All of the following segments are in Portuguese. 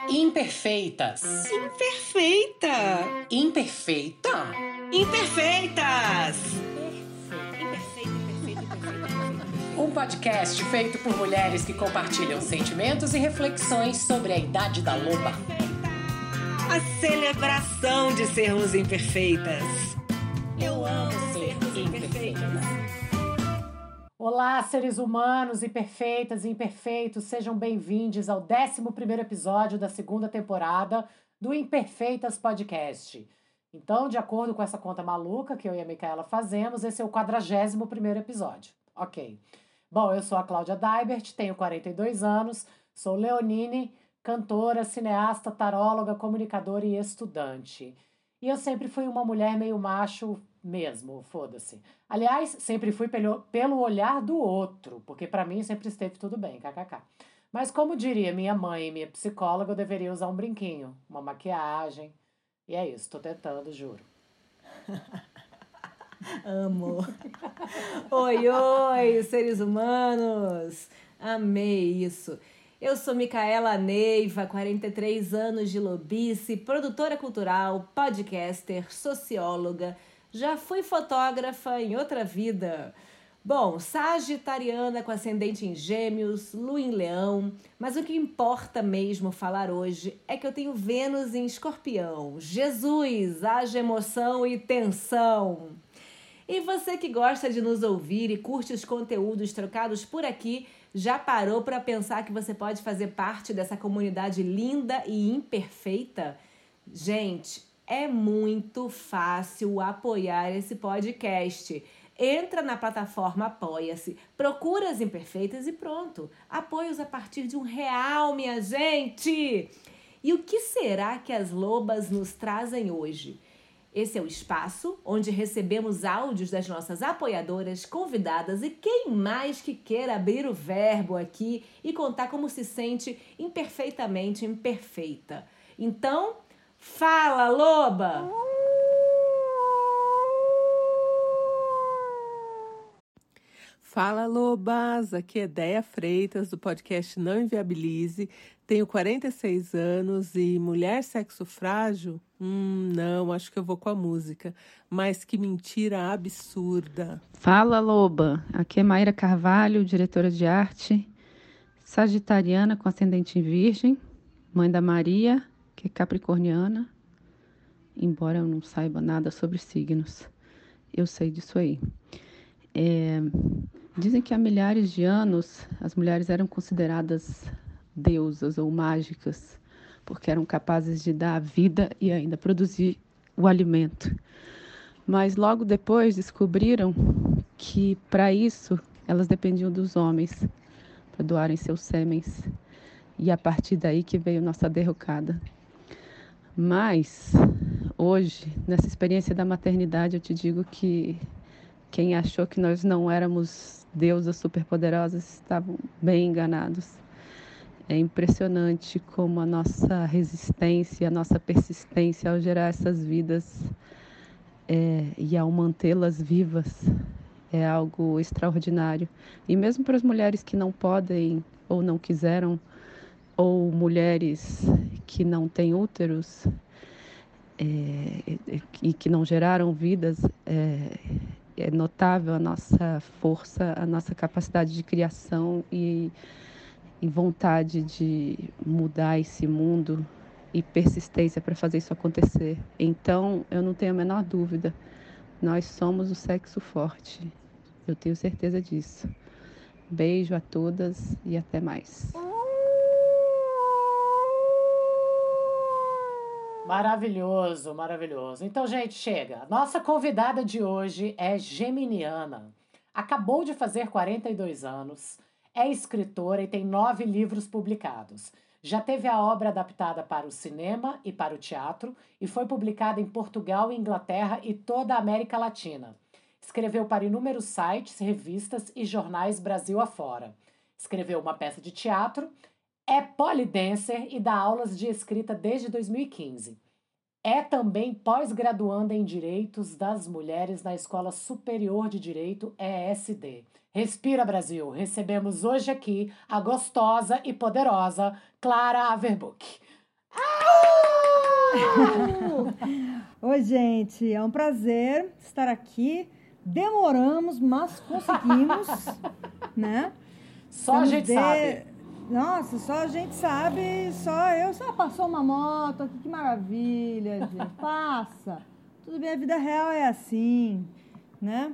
Imperfeitas. Imperfeita. Imperfeita? Imperfeitas. Um podcast feito por mulheres que compartilham sentimentos e reflexões sobre a idade da loba. A celebração de sermos imperfeitas. Eu amo ser imperfeita. Olá, seres humanos imperfeitas e imperfeitos, sejam bem-vindos ao 11º episódio da segunda temporada do Imperfeitas Podcast. Então, de acordo com essa conta maluca que eu e a Micaela fazemos, esse é o 41º episódio. Ok. Bom, eu sou a Cláudia Daibert, tenho 42 anos, sou leonine, cantora, cineasta, taróloga, comunicadora e estudante. E eu sempre fui uma mulher meio macho mesmo, foda-se. Aliás, sempre fui pelo olhar do outro, porque pra mim sempre esteve tudo bem, kkk. Mas como diria minha mãe e minha psicóloga, eu deveria usar um brinquinho, uma maquiagem. E é isso, tô tentando, juro. Amo. Oi, seres humanos. Amei isso. Eu sou Micaela Neiva, 43 anos de lobice, produtora cultural, podcaster, socióloga. Já fui fotógrafa em outra vida. Bom, sagitariana com ascendente em Gêmeos, Lua em Leão. Mas o que importa mesmo falar hoje é que eu tenho Vênus em Escorpião. Jesus, haja emoção e tensão. E você que gosta de nos ouvir e curte os conteúdos trocados por aqui, já parou para pensar que você pode fazer parte dessa comunidade linda e imperfeita? Gente, é muito fácil apoiar esse podcast. Entra na plataforma Apoia-se, procura as imperfeitas e pronto. Apoios a partir de R$1, minha gente! E o que será que as lobas nos trazem hoje? Esse é o espaço onde recebemos áudios das nossas apoiadoras, convidadas e quem mais que queira abrir o verbo aqui e contar como se sente imperfeitamente imperfeita. Então, fala, loba! Fala, lobas! Aqui é Déia Freitas, do podcast Não Inviabilize. Tenho 46 anos e mulher sexo frágil? Não, acho que eu vou com a música. Mas que mentira absurda. Fala, loba! Aqui é Maíra Carvalho, diretora de arte, sagitariana com ascendente em virgem, mãe da Maria, que é capricorniana, embora eu não saiba nada sobre signos. Eu sei disso aí. Dizem que há milhares de anos as mulheres eram consideradas deusas ou mágicas, porque eram capazes de dar a vida e ainda produzir o alimento. Mas logo depois descobriram que para isso elas dependiam dos homens, para doarem seus sêmens. E a partir daí que veio nossa derrocada. Mas hoje, nessa experiência da maternidade, eu te digo que quem achou que nós não éramos deusas superpoderosas estavam bem enganados. É impressionante como a nossa resistência, a nossa persistência ao gerar essas vidas e ao mantê-las vivas é algo extraordinário. E mesmo para as mulheres que não podem ou não quiseram, ou mulheres que não têm úteros e que não geraram vidas, é notável a nossa força, a nossa capacidade de criação e vontade de mudar esse mundo e persistência para fazer isso acontecer. Então, eu não tenho a menor dúvida, nós somos o sexo forte. Eu tenho certeza disso. Beijo a todas e até mais. Maravilhoso, maravilhoso. Então, gente, chega. Nossa convidada de hoje é geminiana. Acabou de fazer 42 anos, é escritora e tem 9 livros publicados. Já teve a obra adaptada para o cinema e para o teatro e foi publicada em Portugal, Inglaterra e toda a América Latina. Escreveu para inúmeros sites, revistas e jornais Brasil afora. Escreveu uma peça de teatro, é polidancer e dá aulas de escrita desde 2015. É também pós-graduanda em Direitos das Mulheres na Escola Superior de Direito, ESD. Respira, Brasil! Recebemos hoje aqui a gostosa e poderosa Clara Averbuch. Oi, gente, é um prazer estar aqui. Demoramos, mas conseguimos, né? Só a gente sabe. Nossa, só a gente sabe, só passou uma moto aqui, que maravilha, gente. Passa. Tudo bem, a vida real é assim, né?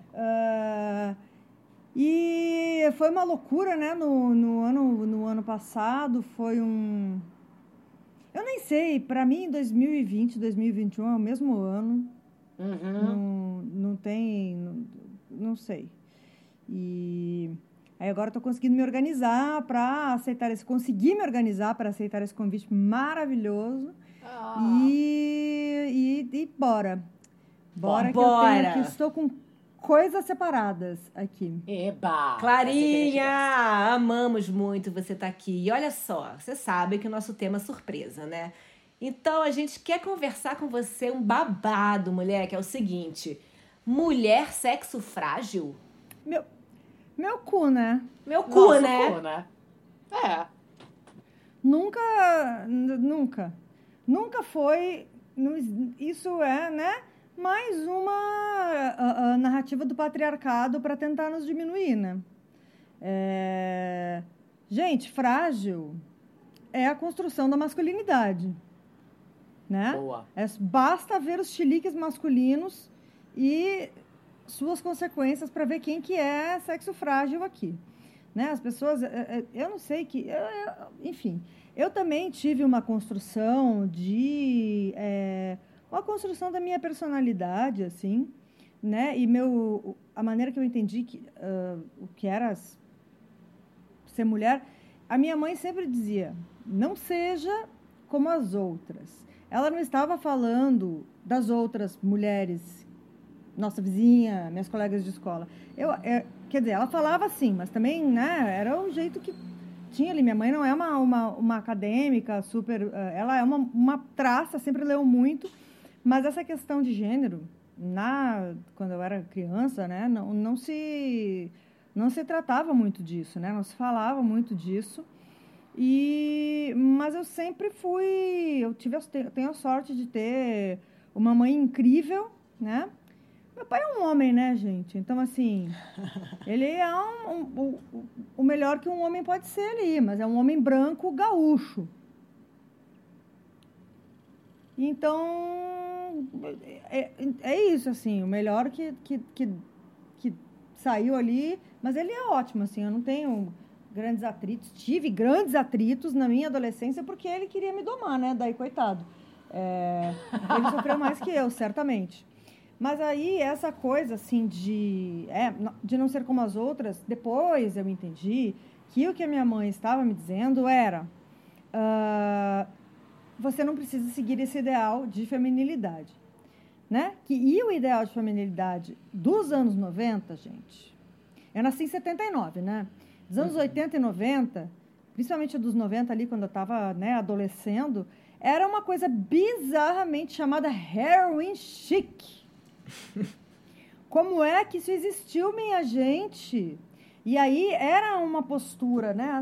E foi uma loucura, né? No ano passado foi um... Eu nem sei, para mim 2020, 2021 é o mesmo ano. Não tem... Não sei. E aí agora estou conseguindo me organizar para aceitar conseguir me organizar para aceitar esse convite maravilhoso. E bora. Bora que eu tenho aqui, estou com coisas separadas aqui. Eba! Clarinha, amamos muito você estar aqui. E olha só, você sabe que o nosso tema é surpresa, né? Então, a gente quer conversar com você um babado, mulher, que é o seguinte. Mulher sexo frágil? Meu cu, né? Meu cu, Nosso né? cu, né? É. Nunca foi... Isso é, né? Mais uma narrativa do patriarcado para tentar nos diminuir, né? Gente, frágil é a construção da masculinidade, né? Boa. Basta ver os chiliques masculinos e suas consequências para ver quem que é sexo frágil aqui, né? As pessoas, eu não sei que... enfim, eu também tive uma construção uma construção da minha personalidade, assim, né? E a maneira que eu entendi o que era ser mulher, a minha mãe sempre dizia, não seja como as outras. Ela não estava falando das outras mulheres, nossa vizinha, minhas colegas de escola. Quer dizer, ela falava assim, mas também, né? Era o jeito que tinha ali. Minha mãe não é uma acadêmica super... ela é uma traça, sempre leu muito. Mas essa questão de gênero, quando eu era criança, né, não se tratava muito disso, né, não se falava muito disso. Mas eu sempre eu tenho a sorte de ter uma mãe incrível, né? Meu pai é um homem, né, gente? Então, assim, ele é o melhor que um homem pode ser ali, mas é um homem branco gaúcho. Então, é isso, assim, o melhor que saiu ali, mas ele é ótimo, assim, eu não tenho grandes atritos, tive grandes atritos na minha adolescência porque ele queria me domar, né, daí coitado. Ele sofreu mais que eu, certamente. Mas aí, essa coisa, assim, de não ser como as outras, depois eu entendi que o que a minha mãe estava me dizendo era... você não precisa seguir esse ideal de feminilidade, né? E o ideal de feminilidade dos anos 90, gente... Eu nasci em 79, né? Dos anos 80 e 90, principalmente dos 90 ali, quando eu estava, né, adolescendo, era uma coisa bizarramente chamada heroin chic. Como é que isso existiu, minha gente? E aí era uma postura, né?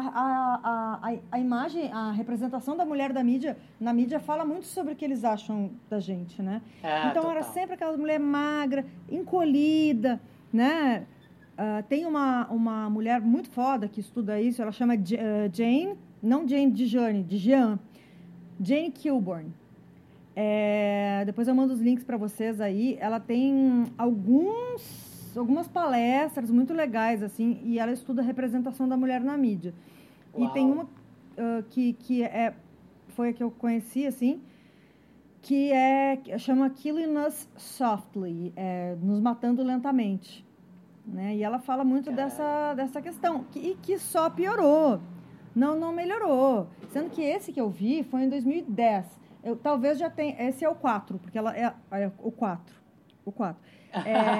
A imagem, a representação da mulher na mídia fala muito sobre o que eles acham da gente, né? Então total. Era sempre aquela mulher magra, encolhida, né? Tem uma mulher muito foda que estuda isso, ela chama Jane, não Jane de Jane, de Jean, Jane Kilburn. Depois eu mando os links para vocês aí. Ela tem algumas palestras muito legais, assim, e ela estuda a representação da mulher na mídia. Uau. E tem uma foi a que eu conheci, assim, que chama Killing Us Softly, Nos Matando Lentamente. Né? E ela fala muito dessa questão, que só piorou, não melhorou. Sendo que esse que eu vi foi em 2010. Talvez já tenha... Esse é o 4, porque ela é o 4. O 4.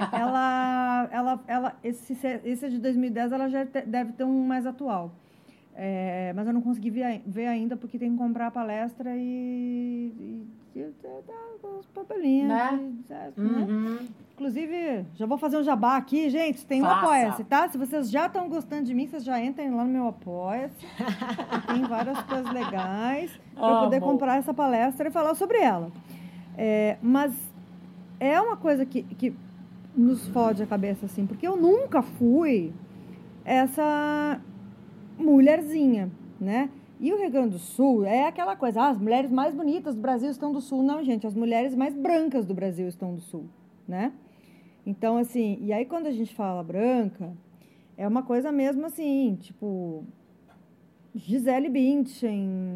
Esse é de 2010, ela já deve ter um mais atual. Mas eu não consegui ver ainda porque tem que comprar a palestra e dá uns probleminhas. Né? Né? Inclusive, já vou fazer um jabá aqui, gente. Tem um Apoia-se, tá? Se vocês já estão gostando de mim, vocês já entrem lá no meu Apoia-se. Tem várias coisas legais para eu poder comprar essa palestra e falar sobre ela. Mas é uma coisa que nos fode a cabeça, assim, porque eu nunca fui essa mulherzinha, né? E o Rio Grande do Sul é aquela coisa, as mulheres mais bonitas do Brasil estão do Sul. Não, gente, as mulheres mais brancas do Brasil estão do Sul, né? Então, assim, e aí quando a gente fala branca, é uma coisa mesmo assim, tipo, Gisele Bündchen...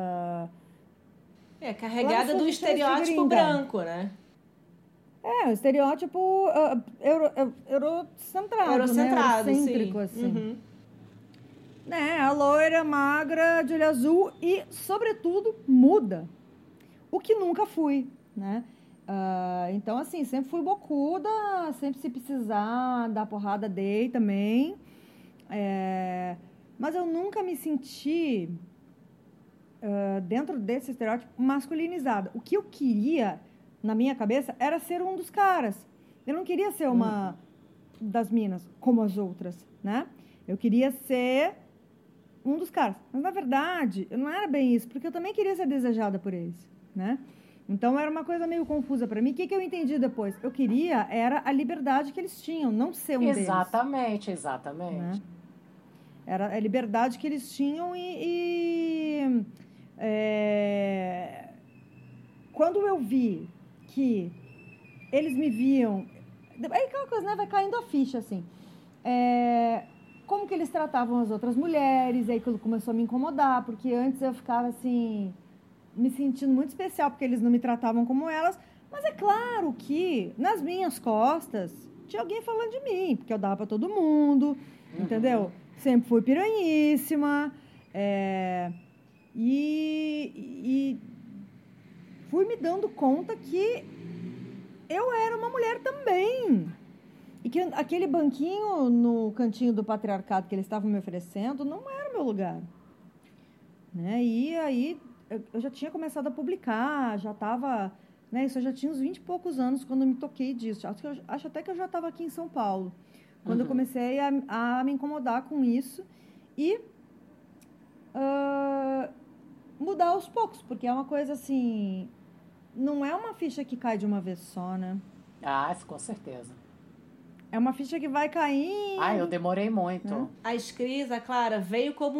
carregada do estereótipo branco, né? O estereótipo eurocentrado, né? Eurocêntrico, sim. assim. Uhum. Né? A loira, magra, de olho azul e, sobretudo, muda. O que nunca fui, né? Então, assim, sempre fui bocuda, sempre se precisar dar porrada, dei também. Mas eu nunca me senti, dentro desse estereótipo, masculinizada. O que eu queria, na minha cabeça, era ser um dos caras. Eu não queria ser uma das minas, como as outras, né? Eu queria ser um dos caras. Mas, na verdade, eu não era bem isso, porque eu também queria ser desejada por eles, né? Então, era uma coisa meio confusa para mim. O que eu entendi depois? Eu queria era a liberdade que eles tinham, não ser um deles. Exatamente. Né? Era a liberdade que eles tinham quando eu vi que eles me viam... Aí aquela coisa, né? Vai caindo a ficha, assim. Como que eles tratavam as outras mulheres, aí aquilo começou a me incomodar, porque antes eu ficava assim, me sentindo muito especial, porque eles não me tratavam como elas, mas é claro que nas minhas costas tinha alguém falando de mim, porque eu dava para todo mundo, entendeu? Sempre fui piranhíssima, e fui me dando conta que eu era uma mulher também. E que aquele banquinho no cantinho do patriarcado que eles estavam me oferecendo não era o meu lugar. Né? E aí eu já tinha começado a publicar, já estava... Né? Isso eu já tinha uns 20 e poucos anos quando eu me toquei disso. Acho até que eu já estava aqui em São Paulo. Quando eu comecei a me incomodar com isso e mudar aos poucos. Porque é uma coisa assim... Não é uma ficha que cai de uma vez só, né? Com certeza. É uma ficha que vai caindo. Eu demorei muito. A escrita, Clara, veio como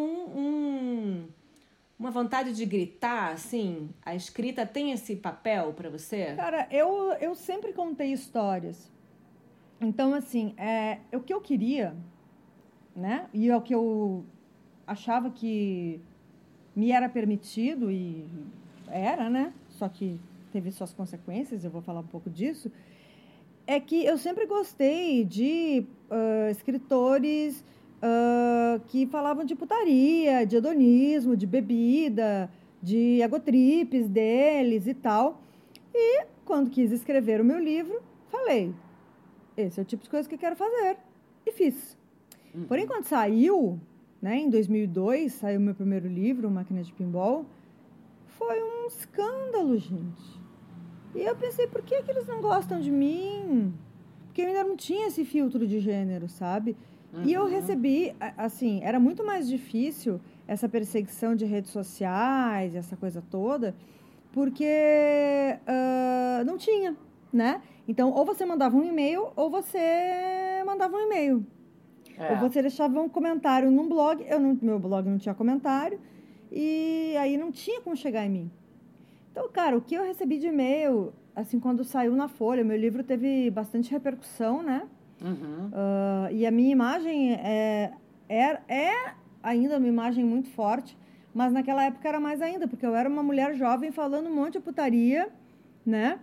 uma vontade de gritar, assim? A escrita tem esse papel para você? Cara, eu sempre contei histórias. Então, assim, o que eu queria, né? E é o que eu achava que me era permitido e era, né? Só que teve suas consequências, eu vou falar um pouco disso. É que eu sempre gostei de escritores que falavam de putaria, de hedonismo, de bebida, de egotripes deles e tal. E, quando quis escrever o meu livro, falei, esse é o tipo de coisa que eu quero fazer. E fiz. Porém, quando saiu, né, em 2002, saiu meu primeiro livro, Máquina de Pinball, foi um escândalo, gente. E eu pensei, por que eles não gostam de mim? Porque eu ainda não tinha esse filtro de gênero, sabe? E eu recebi, assim, era muito mais difícil essa perseguição de redes sociais, essa coisa toda, porque não tinha, né? Então, ou você mandava um e-mail, ou você mandava um e-mail. Ou você deixava um comentário num blog, meu blog não tinha comentário, e aí não tinha como chegar em mim. Então, cara, o que eu recebi de e-mail, assim, quando saiu na Folha, meu livro teve bastante repercussão, né? E a minha imagem é ainda uma imagem muito forte, mas naquela época era mais ainda, porque eu era uma mulher jovem falando um monte de putaria, né?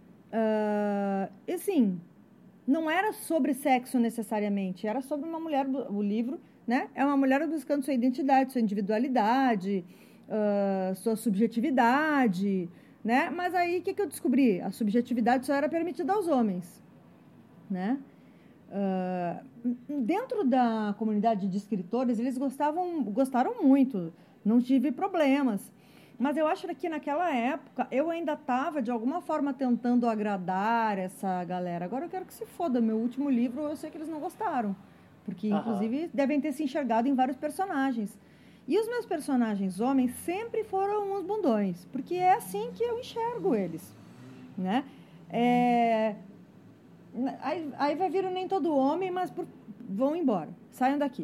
E assim, não era sobre sexo necessariamente, era sobre uma mulher, o livro, né? É uma mulher buscando sua identidade, sua individualidade, sua subjetividade, né? Mas aí, o que eu descobri? A subjetividade só era permitida aos homens, né? Dentro da comunidade de escritores, eles gostaram muito, não tive problemas. Mas eu acho que naquela época eu ainda estava, de alguma forma, tentando agradar essa galera. Agora eu quero que se foda. Meu último livro, eu sei que eles não gostaram. Porque, inclusive, devem ter se enxergado em vários personagens. E os meus personagens homens sempre foram uns bundões. Porque é assim que eu enxergo eles. Né? Aí vai vir o Nem Todo Homem, mas vão embora. Saiam daqui.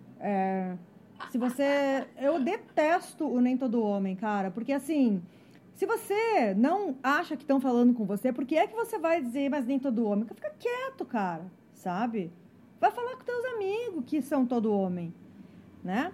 Eu detesto o Nem Todo Homem, cara, porque assim, se você não acha que estão falando com você, por que é que você vai dizer, mas nem todo homem? Fica quieto, cara, sabe? Vai falar com teus amigos que são todo homem, né?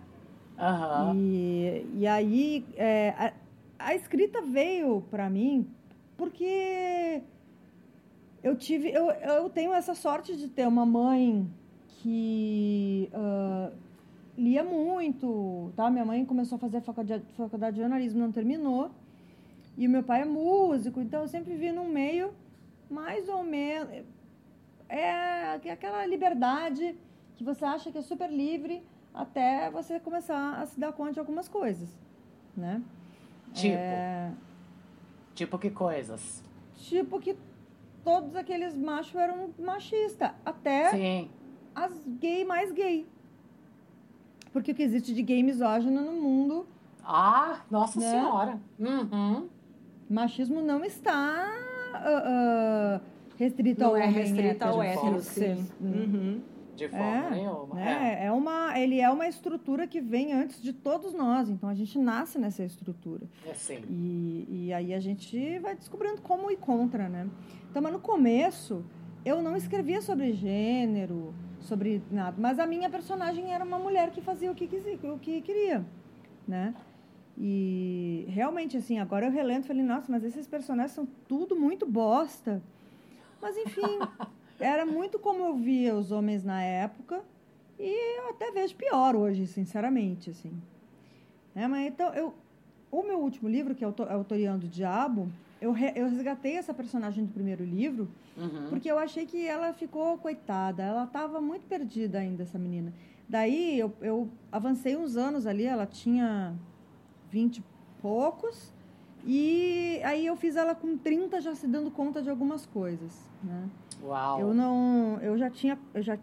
E aí, a escrita veio pra mim porque eu tenho essa sorte de ter uma mãe que... lia muito, tá? Minha mãe começou a fazer faculdade de jornalismo, não terminou. E o meu pai é músico, então eu sempre vi num meio mais ou menos... aquela liberdade que você acha que é super livre até você começar a se dar conta de algumas coisas, né? Tipo que coisas? Tipo que todos aqueles machos eram machistas, até Sim. as mais gay. Porque o que existe de gay misógino no mundo... Nossa Senhora! Machismo não está restrito ao homem. Não é restrito ao hétero, sim. De forma nenhuma. Ele é uma estrutura que vem antes de todos nós. Então, a gente nasce nessa estrutura. Sim. E aí a gente vai descobrindo como ir contra, né? Então, mas no começo, eu não escrevia sobre gênero... sobre nada, mas a minha personagem era uma mulher que fazia o que queria, né? E realmente, assim, agora eu relento e falei, nossa, mas esses personagens são tudo muito bosta. Mas, enfim, era muito como eu via os homens na época e eu até vejo pior hoje, sinceramente, assim. Mas então, o meu último livro, que é Autoriando o Diabo, eu resgatei essa personagem do primeiro livro, porque eu achei que ela ficou coitada. Ela estava muito perdida ainda, essa menina. Daí, eu avancei uns anos ali, ela tinha 20 e poucos, e aí eu fiz ela com 30 já se dando conta de algumas coisas, né? Uau! Eu já tinha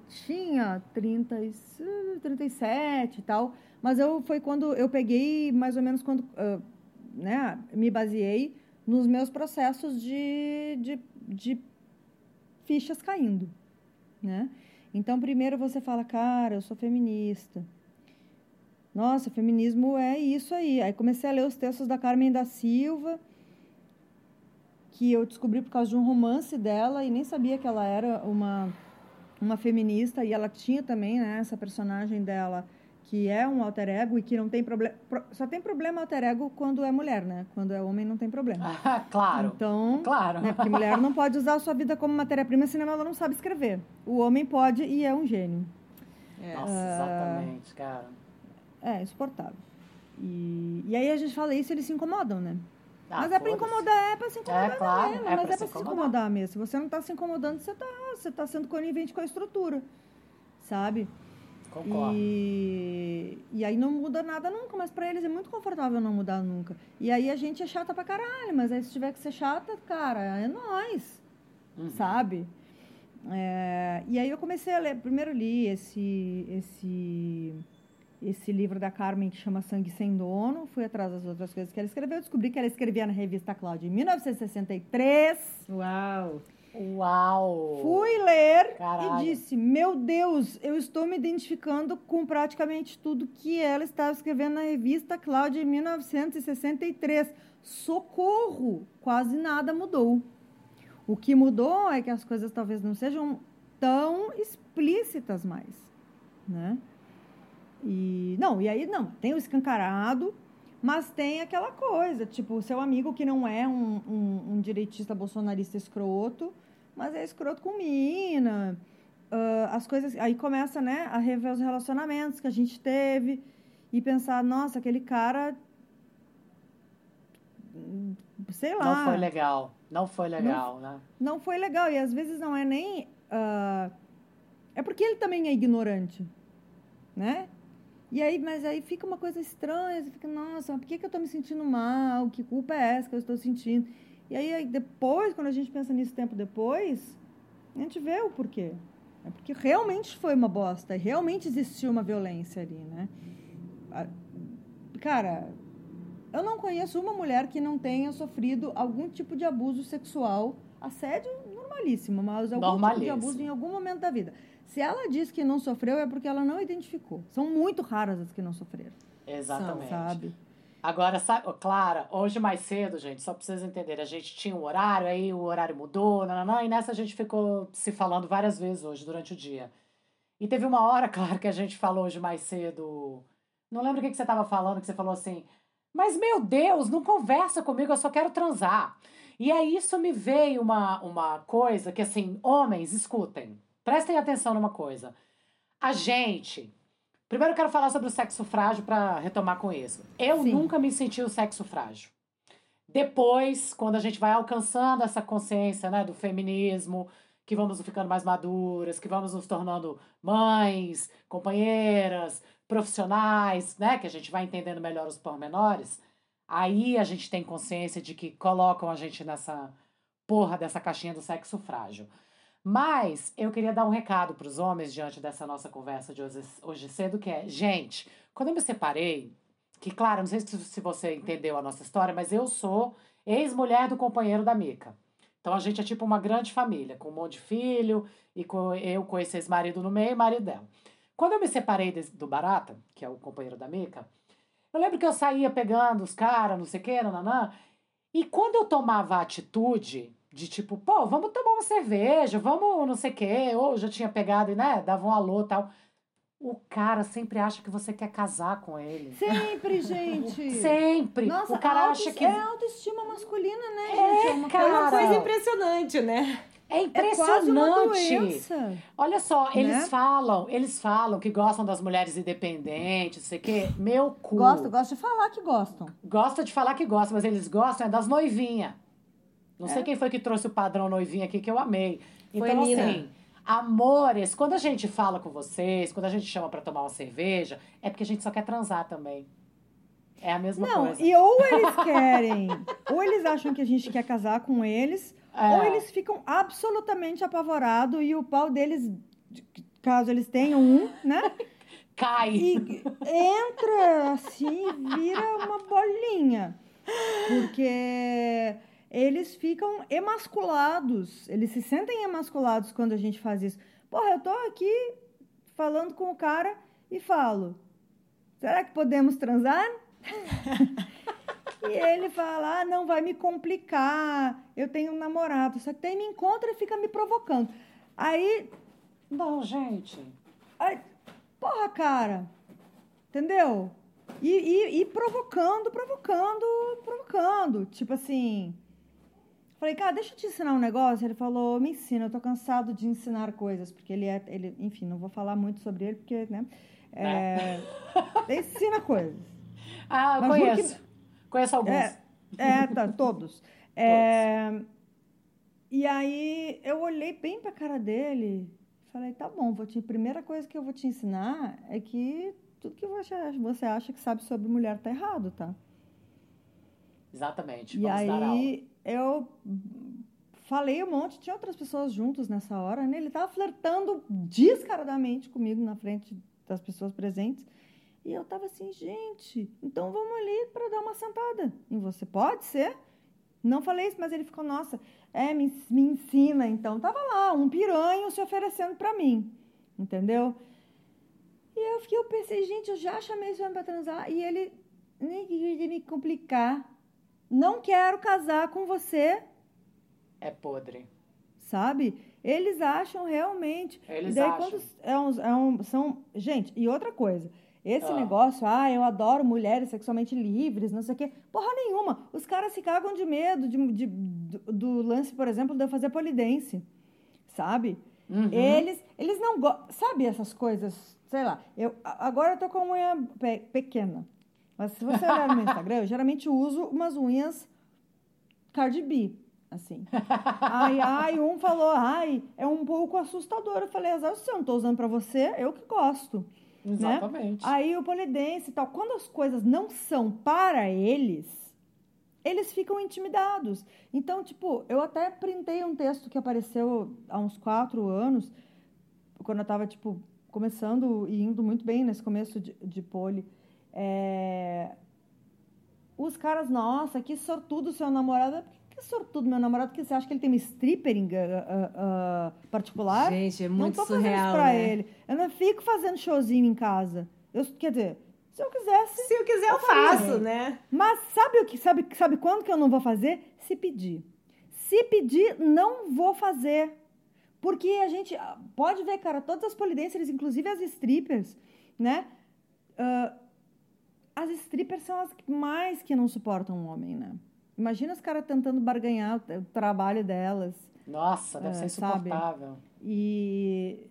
37 e tal, mas foi quando eu peguei, mais ou menos, quando me baseei nos meus processos de fichas caindo, né? Então, primeiro você fala, cara, eu sou feminista. Nossa, feminismo é isso aí. Aí comecei a ler os textos da Carmen da Silva, que eu descobri por causa de um romance dela e nem sabia que ela era uma feminista. E ela tinha também, né, essa personagem dela, que é um alter ego e que não tem problema... Só tem problema alter ego quando é mulher, né? Quando é homem não tem problema. Claro. Então, claro. Né, porque mulher não pode usar a sua vida como matéria-prima, senão ela não sabe escrever. O homem pode e é um gênio. Nossa, exatamente, cara. É insuportável. E aí a gente fala isso e eles se incomodam, né? Mas é pra incomodar, é pra se incomodar claro, mesmo. mas Mas é pra se incomodar mesmo. Se você não tá se incomodando, você tá sendo conivente com a estrutura, sabe? Concordo. E aí não muda nada nunca, mas pra eles é muito confortável não mudar nunca. E aí a gente é chata pra caralho, mas aí se tiver que ser chata, cara, é nóis, sabe? E aí eu comecei a ler, primeiro li esse livro da Carmen que chama Sangue Sem Dono, fui atrás das outras coisas que ela escreveu, descobri que ela escrevia na revista Cláudia em 1963. Uau! Fui ler Caralho. e disse, meu Deus, eu estou me identificando com praticamente tudo que ela estava escrevendo na revista Cláudia em 1963. Socorro! Quase nada mudou. O que mudou é que as coisas talvez não sejam tão explícitas mais, né? E aí tem o escancarado, mas tem aquela coisa, tipo, seu amigo que não é um direitista bolsonarista escroto, mas é escroto com mina, as coisas, aí começa, né, a rever os relacionamentos que a gente teve e pensar, nossa, aquele cara, sei lá. Não foi legal, né? Não foi legal, e às vezes não é nem é porque ele também é ignorante, né? Mas aí fica uma coisa estranha, você fica, nossa, por que eu estou me sentindo mal? Que culpa é essa que eu estou sentindo? E aí depois, quando a gente pensa nisso tempo depois, a gente vê o porquê. É porque realmente foi uma bosta, realmente existiu uma violência ali, né? Cara, eu não conheço uma mulher que não tenha sofrido algum tipo de abuso sexual, assédio normalíssimo, mas algum tipo de abuso em algum momento da vida. Se ela diz que não sofreu, é porque ela não identificou. São muito raras as que não sofreram. Exatamente. Sabe? Agora, Clara, hoje mais cedo, gente, só pra vocês entenderem, a gente tinha um horário, aí o horário mudou, e nessa a gente ficou se falando várias vezes hoje, durante o dia. E teve uma hora, claro, que a gente falou hoje mais cedo, não lembro o que você tava falando, que você falou assim, mas meu Deus, não conversa comigo, eu só quero transar. E aí isso me veio uma coisa que, assim, homens, escutem. Prestem atenção numa coisa. A gente... Primeiro eu quero falar sobre o sexo frágil para retomar com isso. Eu nunca me senti o sexo frágil. Depois, quando a gente vai alcançando essa consciência, né, do feminismo, que vamos ficando mais maduras, que vamos nos tornando mães, companheiras, profissionais, né, que a gente vai entendendo melhor os pormenores, aí a gente tem consciência de que colocam a gente nessa porra dessa caixinha do sexo frágil. Mas eu queria dar um recado para os homens diante dessa nossa conversa de hoje cedo, que é, gente, quando eu me separei, que claro, não sei se você entendeu a nossa história, mas eu sou ex-mulher do companheiro da Mica. Então a gente é tipo uma grande família, com um monte de filho, e eu com esse ex-marido no meio e marido dela. Quando eu me separei do Barata, que é o companheiro da Mica, eu lembro que eu saía pegando os caras, não sei o quê, nananã, e quando eu tomava a atitude... de tipo, pô, vamos tomar uma cerveja, vamos não sei o quê, ou já tinha pegado e, né, dava um alô e tal. O cara sempre acha que você quer casar com ele. Sempre, gente! Sempre! Nossa, o cara acha que... é autoestima masculina, né, gente? É uma coisa impressionante, né? É impressionante. É quase uma doença. Olha só, eles falam que gostam das mulheres independentes, não sei o quê. Meu cu. Gosta de falar que gostam. Gosta de falar que gostam, mas eles gostam das noivinhas. Não sei quem foi que trouxe o padrão noivinha aqui, que eu amei. Então, assim, amores, quando a gente fala com vocês, quando a gente chama pra tomar uma cerveja, é porque a gente só quer transar também. É a mesma coisa. Não, e ou eles querem, ou eles acham que a gente quer casar com eles, ou eles ficam absolutamente apavorados e o pau deles, caso eles tenham um, né? Cai. E entra assim, vira uma bolinha. Porque... eles ficam emasculados, eles se sentem emasculados quando a gente faz isso. Porra, eu tô aqui falando com o cara e falo, será que podemos transar? E ele fala, não, vai me complicar, eu tenho um namorado. Só que daí me encontra e fica me provocando. Aí... não, gente. Aí, porra, cara, entendeu? E provocando. Tipo assim... falei, cara, deixa eu te ensinar um negócio. Ele falou, me ensina, eu tô cansado de ensinar coisas. Porque ele, enfim, não vou falar muito sobre ele, porque, né? Ele ensina coisas. Ah, eu conheço. Conheço alguns. Tá, todos. E aí, eu olhei bem pra cara dele. Falei, tá bom, a primeira coisa que eu vou te ensinar é que tudo que você acha que sabe sobre mulher tá errado, tá? Exatamente. E aí, eu falei um monte, tinha outras pessoas juntos nessa hora, né? Ele tava flertando descaradamente comigo na frente das pessoas presentes. E eu tava assim, gente, então vamos ali para dar uma sentada. E você pode ser? Não falei isso, mas ele ficou, nossa, me ensina. Então, tava lá, um piranho se oferecendo para mim, entendeu? E eu pensei, gente, eu já chamei esse homem para transar. E ele nem queria me complicar. Não quero casar com você. É podre. Sabe? Eles acham realmente. Eles e daí, acham. Gente, e outra coisa. Esse negócio, eu adoro mulheres sexualmente livres, não sei o quê. Porra nenhuma. Os caras se cagam de medo do lance, por exemplo, de eu fazer polidense. Sabe? Uhum. Eles não gostam. Sabe essas coisas? Sei lá. Agora eu tô com a unha pequena. Mas se você olhar no meu Instagram, eu geralmente uso umas unhas Cardi B. assim. Ai, um falou, é um pouco assustador. Eu falei, se eu não tô usando pra você, eu que gosto. Exatamente. Né? Aí o polidense e tal. Quando as coisas não são para eles ficam intimidados. Então, tipo, eu até printei um texto que apareceu há uns 4 anos, quando eu tava, tipo, começando e indo muito bem nesse começo de poli. Os caras, nossa, que sortudo seu namorado. Por que sortudo meu namorado? Porque você acha que ele tem uma stripper particular? Gente, é muito não tô surreal, fazendo isso pra né? ele. Eu não fico fazendo showzinho em casa. Quer dizer, se eu quisesse... Se eu quiser, eu faço, né? Mas sabe quando que eu não vou fazer? Se pedir. Se pedir, não vou fazer. Porque a gente pode ver, cara, todas as polidenses, inclusive as strippers, né? As strippers são as mais que não suportam o homem, né? Imagina os caras tentando barganhar o trabalho delas. Nossa, deve ser insuportável. Sabe? E...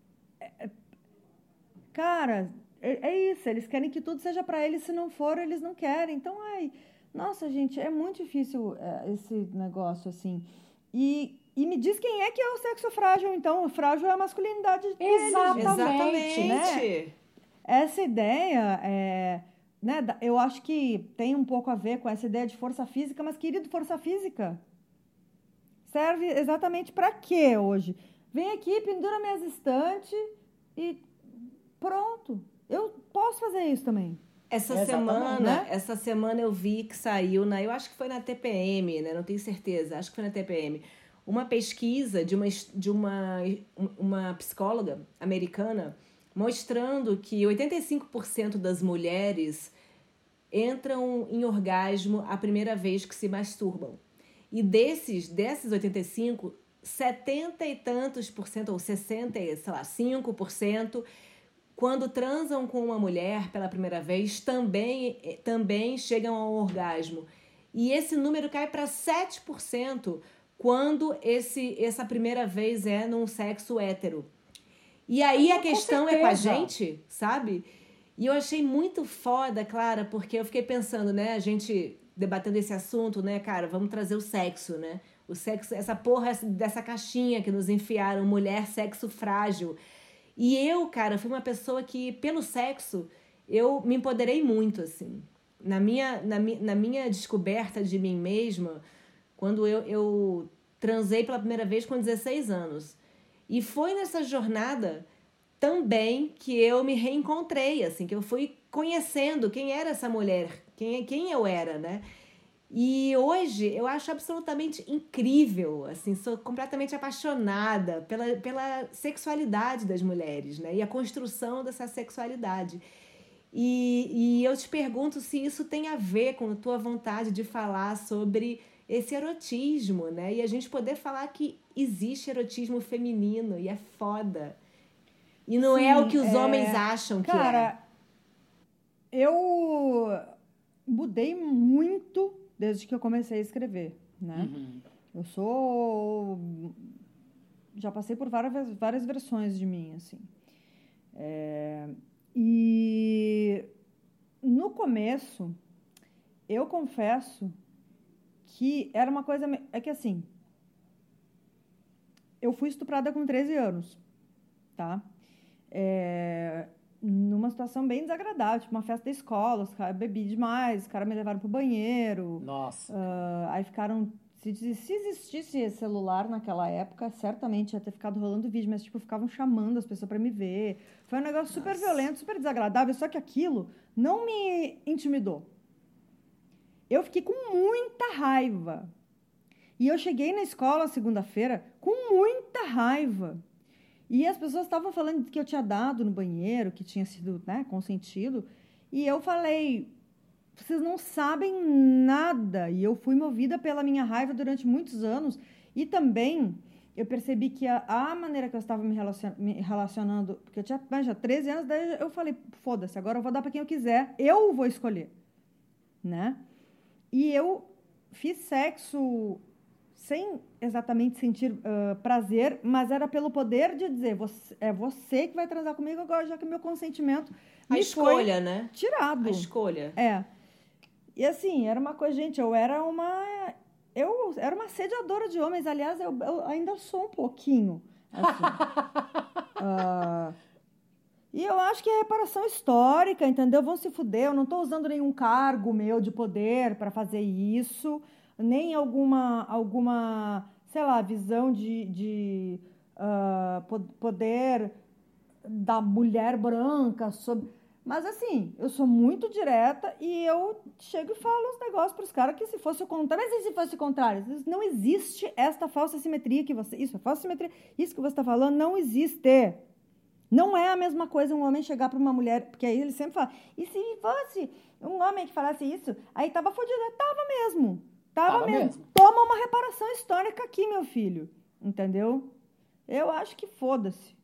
Cara, é isso. Eles querem que tudo seja para eles. Se não for, eles não querem. Então, nossa, gente, é muito difícil esse negócio, assim. E me diz quem é que é o sexo frágil, então. O frágil é a masculinidade deles. Exatamente. Né? Essa ideia né, eu acho que tem um pouco a ver com essa ideia de força física, mas, querido, força física serve exatamente para quê hoje? Vem aqui, pendura minhas estantes e pronto. Eu posso fazer isso também. Essa semana eu vi que saiu, eu acho que foi na TPM, né? Não tenho certeza, acho que foi na TPM, uma pesquisa de uma psicóloga americana mostrando que 85% das mulheres entram em orgasmo a primeira vez que se masturbam. E desses 85, 70 e tantos por cento, ou 60, sei lá, 5%, quando transam com uma mulher pela primeira vez, também chegam ao orgasmo. E esse número cai para 7% quando essa primeira vez é num sexo hétero. E aí a questão é com a gente, sabe? E eu achei muito foda, Clara, porque eu fiquei pensando, né? A gente debatendo esse assunto, né, cara? Vamos trazer o sexo, né? O sexo, essa porra dessa caixinha que nos enfiaram, mulher, sexo frágil. E eu, cara, fui uma pessoa que, pelo sexo, eu me empoderei muito, assim. Na minha descoberta de mim mesma, quando eu transei pela primeira vez com 16 anos. E foi nessa jornada também que eu me reencontrei, assim, que eu fui conhecendo quem era essa mulher, quem eu era, né? E hoje eu acho absolutamente incrível, assim, sou completamente apaixonada pela sexualidade das mulheres, né? E a construção dessa sexualidade. E eu te pergunto se isso tem a ver com a tua vontade de falar sobre esse erotismo, né? E a gente poder falar que existe erotismo feminino e é foda. E não é o que os homens acham que é. Cara, eu mudei muito desde que eu comecei a escrever, né? Uhum. Já passei por várias versões de mim, assim. E no começo, eu confesso que era uma coisa... É que, assim, eu fui estuprada com 13 anos, tá? Numa situação bem desagradável, tipo uma festa da escola, os caras bebi demais, os caras me levaram pro banheiro. Nossa. Aí ficaram... Se existisse celular naquela época, certamente ia ter ficado rolando vídeo, mas, tipo, ficavam chamando as pessoas para me ver. Foi um negócio super violento, super desagradável, só que aquilo não me intimidou. Eu fiquei com muita raiva. E eu cheguei na escola segunda-feira com muita raiva. E as pessoas estavam falando que eu tinha dado no banheiro, que tinha sido, né, consentido. E eu falei, vocês não sabem nada. E eu fui movida pela minha raiva durante muitos anos. E também eu percebi que a maneira que eu estava me relacionando, porque eu tinha já 13 anos, daí eu falei, foda-se, agora eu vou dar para quem eu quiser, eu vou escolher, né? E eu fiz sexo sem exatamente sentir prazer, mas era pelo poder de dizer, é você que vai transar comigo agora, já que meu consentimento a escolha, foi, né? Tirado. A escolha. E assim, era uma coisa, gente, eu era uma eu era uma assediadora de homens. Aliás, eu ainda sou um pouquinho. Assim. E eu acho que é reparação histórica, entendeu? Vão se fuder. Eu não estou usando nenhum cargo meu de poder para fazer isso, nem alguma sei lá, visão de poder da mulher branca sobre... Mas, assim, eu sou muito direta e eu chego e falo os negócios para os caras que se fosse o contrário... Mas e se fosse o contrário? Não existe esta falsa simetria que você... Isso é falsa simetria. Isso que você está falando não existe. Não é a mesma coisa um homem chegar para uma mulher... Porque aí ele sempre fala... E se fosse um homem que falasse isso? Aí tava fodido. Tava mesmo. Tava mesmo. Toma uma reparação histórica aqui, meu filho. Entendeu? Eu acho que foda-se.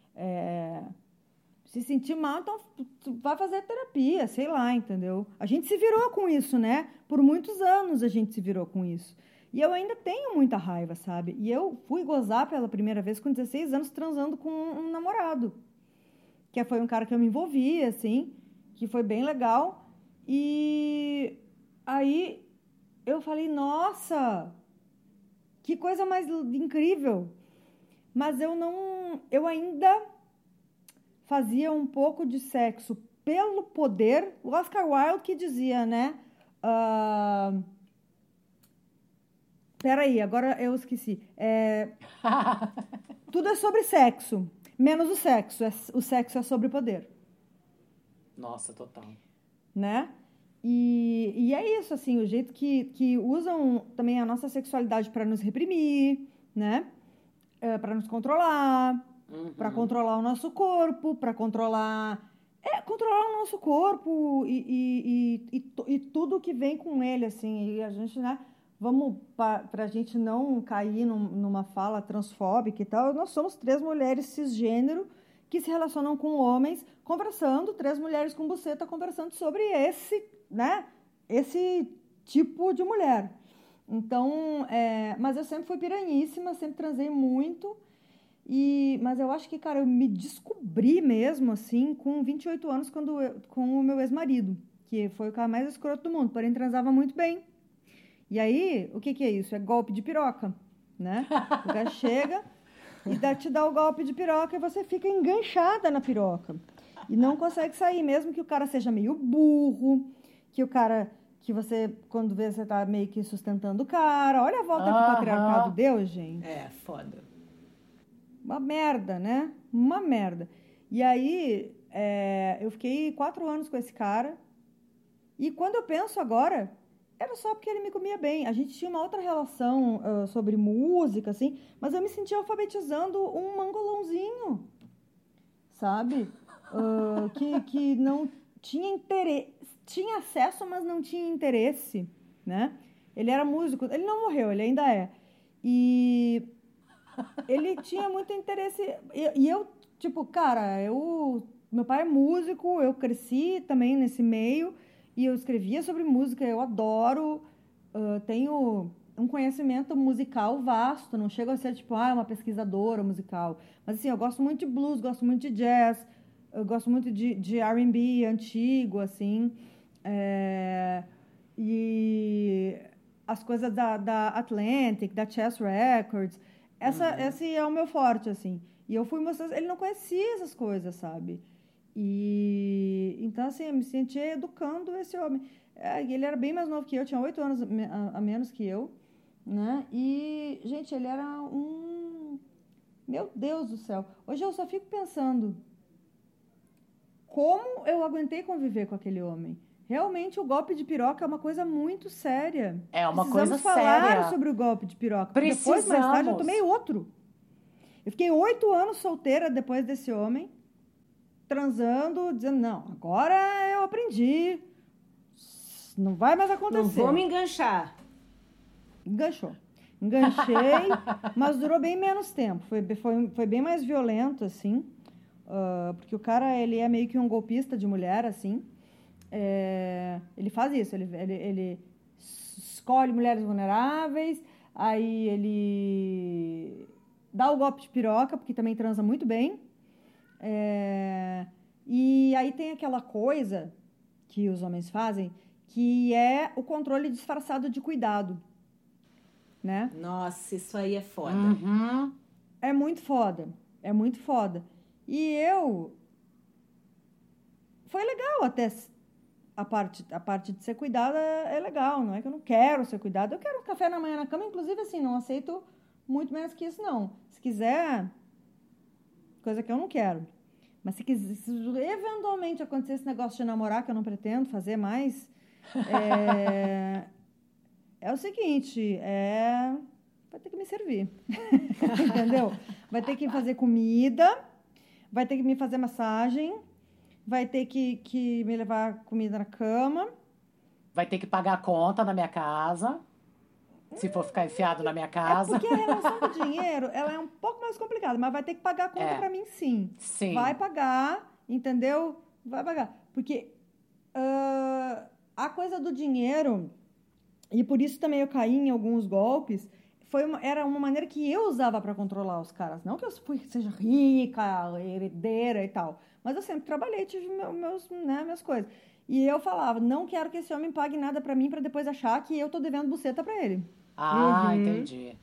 Se sentir mal, então vai fazer terapia, sei lá, entendeu? A gente se virou com isso, né? Por muitos anos a gente se virou com isso. E eu ainda tenho muita raiva, sabe? E eu fui gozar pela primeira vez com 16 anos transando com um namorado. Que foi um cara que eu me envolvi, assim, que foi bem legal. E aí eu falei, nossa, que coisa mais incrível. Mas eu ainda fazia um pouco de sexo pelo poder. O Oscar Wilde que dizia, né? Peraí, agora eu esqueci. Tudo é sobre sexo, menos o sexo. O sexo é sobre poder. Nossa, total. Né? E é isso, assim, o jeito que usam também a nossa sexualidade para nos reprimir, né? Para nos controlar, para controlar o nosso corpo, para controlar o nosso corpo e tudo que vem com ele, assim. E a gente, né? Vamos, para a gente não cair numa fala transfóbica e tal, nós somos 3 mulheres cisgênero que se relacionam com homens, conversando, 3 mulheres com buceta conversando sobre esse tipo de mulher. Então, mas eu sempre fui piranhíssima, sempre transei muito, mas eu acho que, cara, eu me descobri mesmo, assim, com 28 anos, com o meu ex-marido, que foi o cara mais escroto do mundo, porém transava muito bem. E aí, o que é isso? É golpe de piroca, né? O cara chega e te dá o golpe de piroca e você fica enganchada na piroca. E não consegue sair, mesmo que o cara seja meio burro, que você, quando vê, você tá meio que sustentando o cara. Olha a volta que o patriarcado deu, gente. Foda. Uma merda, né? Uma merda. E aí, eu fiquei 4 anos com esse cara. E quando eu penso agora, era só porque ele me comia bem. A gente tinha uma outra relação sobre música, assim, mas eu me sentia alfabetizando um mangolãozinho, sabe? Que não tinha interesse, tinha acesso, mas não tinha interesse, né? Ele era músico, ele não morreu, ele ainda é. E ele tinha muito interesse. E eu, tipo, cara, meu pai é músico, eu cresci também nesse meio, e eu escrevia sobre música, eu adoro, tenho um conhecimento musical vasto, não chego a ser, tipo, uma pesquisadora musical. Mas, assim, eu gosto muito de blues, gosto muito de jazz, eu gosto muito de R&B antigo, assim, e as coisas da Atlantic, da Chess Records, esse é o meu forte, assim. E eu fui mostrar, ele não conhecia essas coisas, sabe? E então, assim, eu me sentia educando esse homem. Ele era bem mais novo que eu, tinha 8 anos a menos que eu, né? E, gente, ele era meu Deus do céu. Hoje eu só fico pensando como eu aguentei conviver com aquele homem. Realmente, o golpe de piroca é uma coisa muito séria. É uma coisa séria. Precisamos falar sobre o golpe de piroca. Depois, mais tarde, eu tomei outro. Eu fiquei 8 anos solteira depois desse homem, transando, dizendo, não, agora eu aprendi. Não vai mais acontecer. Não vou me enganchar. Enganchou. Enganchei, mas durou bem menos tempo. Foi bem mais violento, assim. Porque o cara, ele é meio que um golpista de mulher, assim. Ele faz isso. Ele escolhe mulheres vulneráveis, aí ele dá o golpe de piroca, porque também transa muito bem. E aí tem aquela coisa que os homens fazem, que é o controle disfarçado de cuidado. né? Nossa, isso aí é foda. Uhum. É muito foda. É muito foda. E foi legal até a parte de ser cuidada é legal, não é que eu não quero ser cuidada, eu quero um café na manhã na cama, inclusive assim, não aceito muito menos que isso, não. Se quiser, coisa que eu não quero. Mas se eventualmente acontecer esse negócio de namorar, que eu não pretendo fazer mais, é o seguinte, vai ter que me servir, entendeu? Vai ter que fazer comida, vai ter que me fazer massagem, vai ter que me levar comida na cama. Vai ter que pagar a conta na minha casa, se for ficar enfiado na minha casa. Porque a relação com o dinheiro, ela é um pouco mais complicada, mas vai ter que pagar a conta pra mim, sim. Sim. Vai pagar, entendeu? Vai pagar. Porque a coisa do dinheiro, e por isso também eu caí em alguns golpes, era uma maneira que eu usava para controlar os caras. Não que eu seja rica, herdeira e tal, mas eu sempre trabalhei, tive minhas coisas. E eu falava, não quero que esse homem pague nada para mim para depois achar que eu tô devendo buceta para ele. Entendi.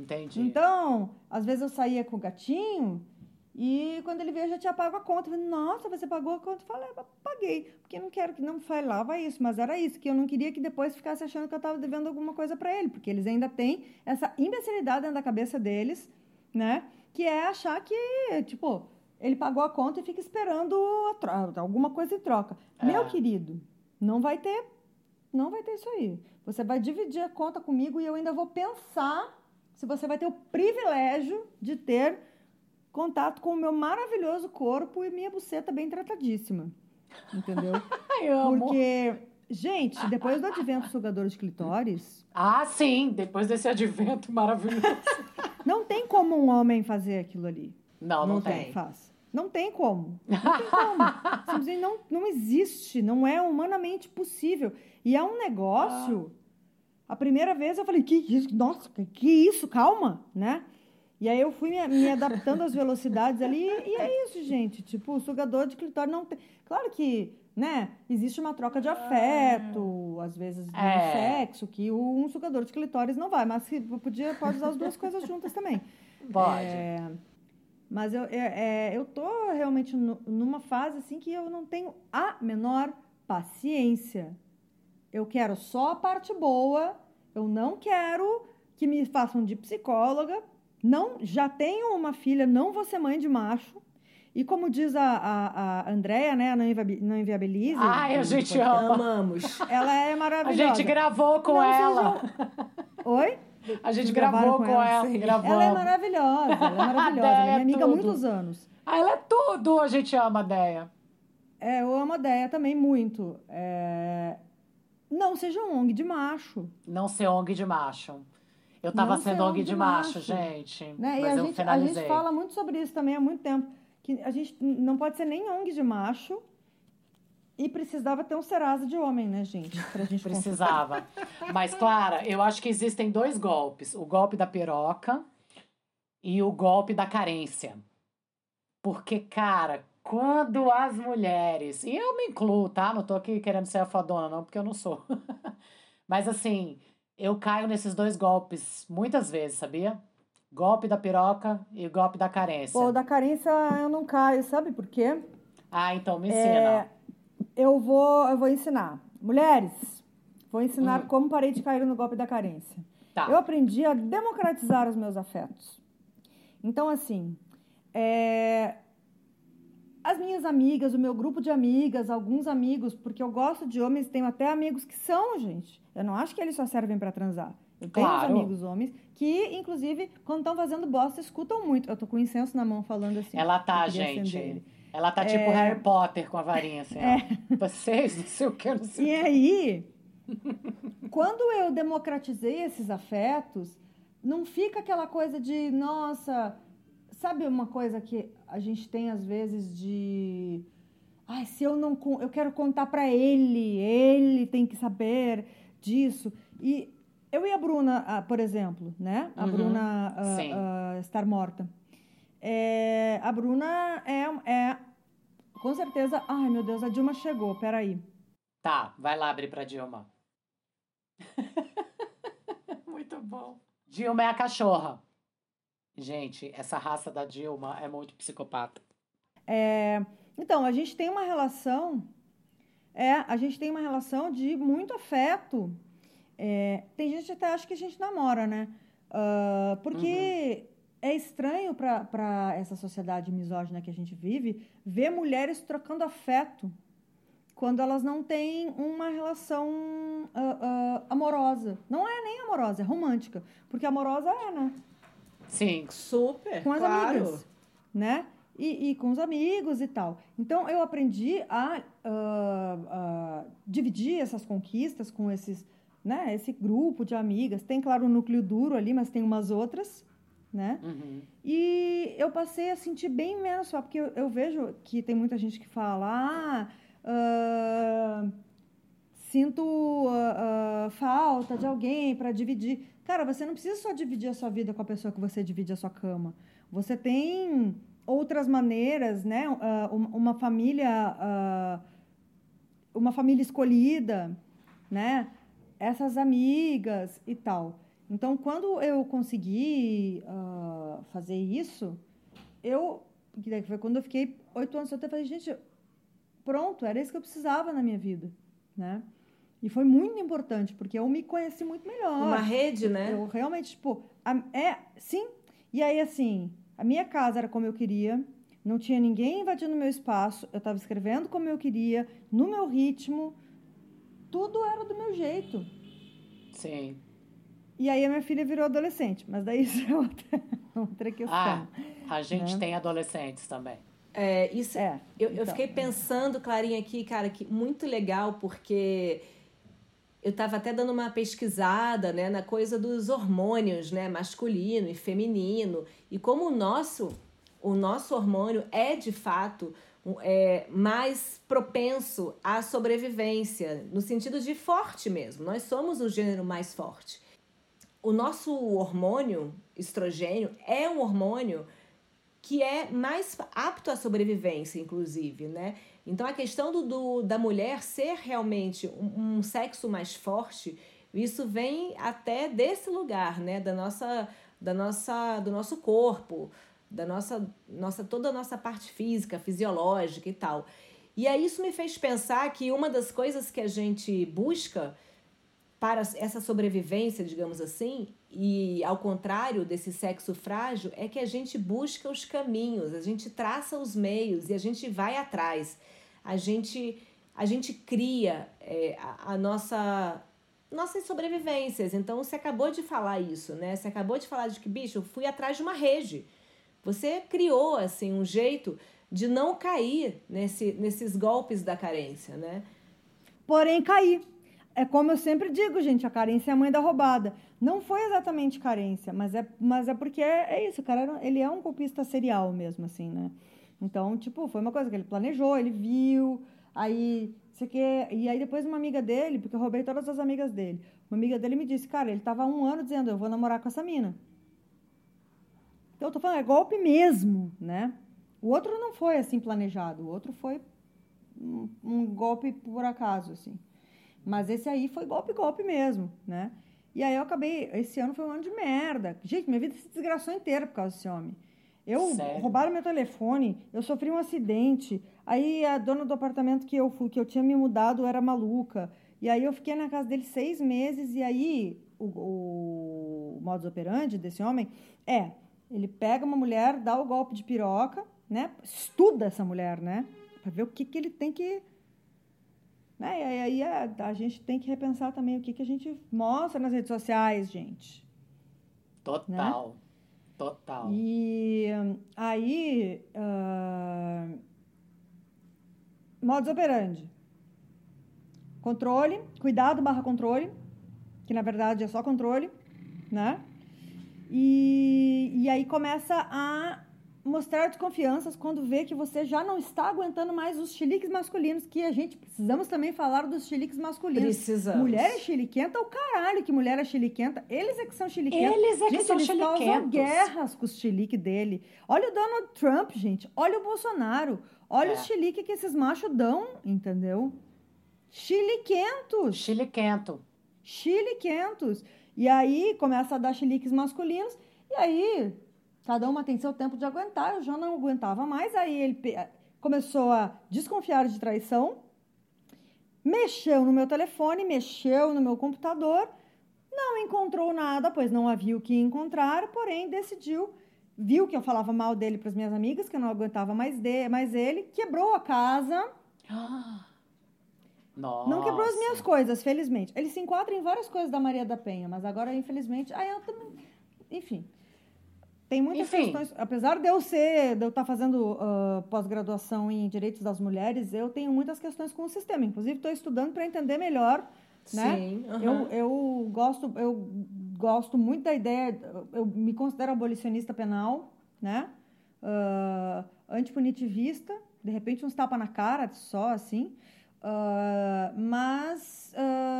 Então, às vezes eu saía com o gatinho e quando ele veio eu já tinha pago a conta. Eu falei, nossa, você pagou a conta? Eu falei, paguei, porque eu não quero que não falava isso, mas era isso, que eu não queria que depois ficasse achando que eu estava devendo alguma coisa para ele, porque eles ainda têm essa imbecilidade dentro da cabeça deles, né? Que é achar que, tipo, ele pagou a conta e fica esperando alguma coisa em troca. Meu querido, não vai ter isso aí. Você vai dividir a conta comigo e eu ainda vou pensar se você vai ter o privilégio de ter contato com o meu maravilhoso corpo e minha buceta bem tratadíssima. Entendeu? Eu amo. Porque, gente, depois do advento sugador de clitóris... Sim, depois desse advento maravilhoso. Não tem como um homem fazer aquilo ali. Não tem. Não tem como. Simplesmente não existe. Não é humanamente possível. E é um negócio... A primeira vez eu falei, que isso? Nossa, que isso? Calma, né? E aí eu fui me adaptando às velocidades ali, e é isso, gente. Tipo, o sugador de clitóris não tem... Claro que, né, existe uma troca de afeto, às vezes no sexo, que um sugador de clitóris não vai, mas pode usar as duas coisas juntas também. Pode. Mas eu tô realmente numa fase assim que eu não tenho a menor paciência. Eu quero só a parte boa, eu não quero que me façam de psicóloga. Não, já tenho uma filha, não vou ser mãe de macho. E como diz a Andréia, né, Não Inviabilize. A gente ama. Amamos. Ela é maravilhosa. A gente gravou com ela. Oi? A gente gravou com ela. Ela é maravilhosa, ela é minha amiga há muitos anos. Ela é tudo, a gente ama a Déia. Eu amo a Déia também muito. Não seja um ONG de macho. Não ser ONG de macho. Eu tava sendo ONG de macho, gente. Né? Mas eu finalizei. A gente fala muito sobre isso também há muito tempo. Que a gente não pode ser nem ONG de macho e precisava ter um Serasa de homem, né, gente? Pra gente precisava. Mas, Clara, eu acho que existem dois golpes. O golpe da piroca e o golpe da carência. Porque, cara, quando as mulheres... E eu me incluo, tá? Não tô aqui querendo ser a fodona, não, porque eu não sou. Mas, assim... Eu caio nesses dois golpes muitas vezes, sabia? Golpe da piroca e golpe da carência. Pô, da carência eu não caio, sabe por quê? Então me ensina. Eu vou ensinar. Mulheres, vou ensinar como parei de cair no golpe da carência. Tá. Eu aprendi a democratizar os meus afetos. Então, assim, as minhas amigas, o meu grupo de amigas, alguns amigos, porque eu gosto de homens, tenho até amigos que são, gente. Eu não acho que eles só servem pra transar. Eu tenho uns amigos homens que, inclusive, quando estão fazendo bosta, escutam muito. Eu tô com incenso na mão falando assim. Ela tá, gente. Ela tá tipo Harry Potter com a varinha, assim. Vocês, não sei o que, não sei o que. E aí, quando eu democratizei esses afetos, não fica aquela coisa de, nossa... Sabe uma coisa que a gente tem, às vezes, de... se eu não... Eu quero contar pra ele tem que saber disso. E eu e a Bruna, por exemplo, né? A Bruna estar morta. A Bruna com certeza... Ai, meu Deus, a Dilma chegou, peraí. Tá, vai lá abrir pra Dilma. Muito bom. Dilma é a cachorra. Gente, essa raça da Dilma é muito psicopata. Então, a gente tem uma relação de muito afeto. Tem gente que até acha que a gente namora, né? Porque é estranho para essa sociedade misógina que a gente vive ver mulheres trocando afeto quando elas não têm uma relação amorosa. Não é nem amorosa, é romântica. Porque amorosa né? Sim. Super, Com as claro. amigas, né? E com os amigos e tal. Então, eu aprendi a dividir essas conquistas com esse grupo de amigas. Tem, claro, um núcleo duro ali, mas tem umas outras, né? E eu passei a sentir bem menos só, porque eu vejo que tem muita gente que fala, sinto falta de alguém para dividir. Cara, você não precisa só dividir a sua vida com a pessoa que você divide a sua cama. Você tem outras maneiras, né? Uma família escolhida, né? Essas amigas e tal. Então, quando eu consegui fazer isso, foi quando eu fiquei 8 anos solteira, eu falei, gente, pronto, era isso que eu precisava na minha vida, né? E foi muito importante, porque eu me conheci muito melhor. Uma rede, né? Eu realmente, sim. E aí, assim, a minha casa era como eu queria, não tinha ninguém invadindo o meu espaço, eu estava escrevendo como eu queria, no meu ritmo, tudo era do meu jeito. Sim. E aí a minha filha virou adolescente, mas daí isso é outra questão. A gente tem adolescentes também. Eu fiquei pensando, Clarinha, aqui, cara, que muito legal, porque eu estava até dando uma pesquisada, né, na coisa dos hormônios, né, masculino e feminino, e como o nosso hormônio é, de fato, mais propenso à sobrevivência, no sentido de forte mesmo. Nós somos o gênero mais forte. O nosso hormônio, estrogênio, é um hormônio que é mais apto à sobrevivência, inclusive, né? Então, a questão da mulher ser realmente um sexo mais forte, isso vem até desse lugar, né? Do nosso corpo, toda a nossa parte física, fisiológica e tal. E aí isso me fez pensar que uma das coisas que a gente busca para essa sobrevivência, digamos assim, e ao contrário desse sexo frágil, é que a gente busca os caminhos, a gente traça os meios e a gente vai atrás. A gente cria nossas sobrevivências. Então, você acabou de falar isso, né? Você acabou de falar de que, bicho, eu fui atrás de uma rede. Você criou, assim, um jeito de não cair nesses golpes da carência, né? Porém, caí. É como eu sempre digo, gente, a carência é a mãe da roubada. Não foi exatamente carência, mas é porque é isso, o cara, ele é um golpista serial mesmo, assim, né? Então, tipo, foi uma coisa que ele planejou, ele viu, aí, e aí depois uma amiga dele, porque eu roubei todas as amigas dele, uma amiga dele me disse, cara, ele tava há 1 ano dizendo, eu vou namorar com essa mina. Então, eu tô falando, é golpe mesmo, né? O outro não foi assim planejado, o outro foi um golpe por acaso, assim. Mas esse aí foi golpe mesmo, né? E aí eu acabei... Esse ano foi um ano de merda. Gente, minha vida se desgraçou inteira por causa desse homem. Roubaram meu telefone, eu sofri um acidente. Aí a dona do apartamento que eu tinha me mudado era maluca. E aí eu fiquei na casa dele 6 meses. E aí o modus operandi desse homem ele pega uma mulher, dá o golpe de piroca, né? Estuda essa mulher, né? Pra ver o que ele tem que... Né? E aí a gente tem que repensar também o que a gente mostra nas redes sociais, gente. Total. Né? Total. E aí... modus operandi. Controle, cuidado / controle, que na verdade é só controle, né? E aí começa a mostrar desconfianças quando vê que você já não está aguentando mais os chiliques masculinos, que a gente precisamos também falar dos chiliques masculinos. Precisamos. Mulher é chiliquenta, o caralho que mulher é chiliquenta. Eles é que são chiliquentos. Eles é que são eles chiliquentos. causam guerras com os chiliques dele. Olha o Donald Trump, gente. Olha o Bolsonaro. Olha os chiliques que esses machos dão, entendeu? Chiliquentos. Chiliquento. chiliquentos. E aí começa a dar chiliques masculinos, e aí cada uma tem seu tempo de aguentar, eu já não aguentava mais, aí ele começou a desconfiar de traição, mexeu no meu telefone, mexeu no meu computador, não encontrou nada, pois não havia o que encontrar, porém viu que eu falava mal dele para as minhas amigas, que eu não aguentava mais ele, quebrou a casa. Nossa. Não quebrou as minhas coisas, felizmente. Ele se enquadra em várias coisas da Maria da Penha, mas agora, infelizmente... Enfim. Tem muitas questões... Apesar de eu estar fazendo pós-graduação em Direitos das Mulheres, eu tenho muitas questões com o sistema. Inclusive, estou estudando para entender melhor, né? Sim, Eu gosto muito da ideia... Eu me considero abolicionista penal, né? Antipunitivista. De repente, uns tapas na cara, só assim... mas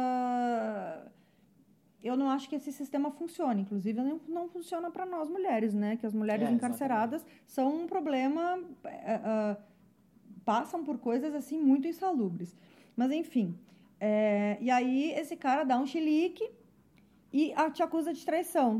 eu não acho que esse sistema funcione. Inclusive, não funciona para nós mulheres, né? Que as mulheres encarceradas são um problema, passam por coisas assim muito insalubres. Mas, enfim. E aí, esse cara dá um chilique e te acusa de traição.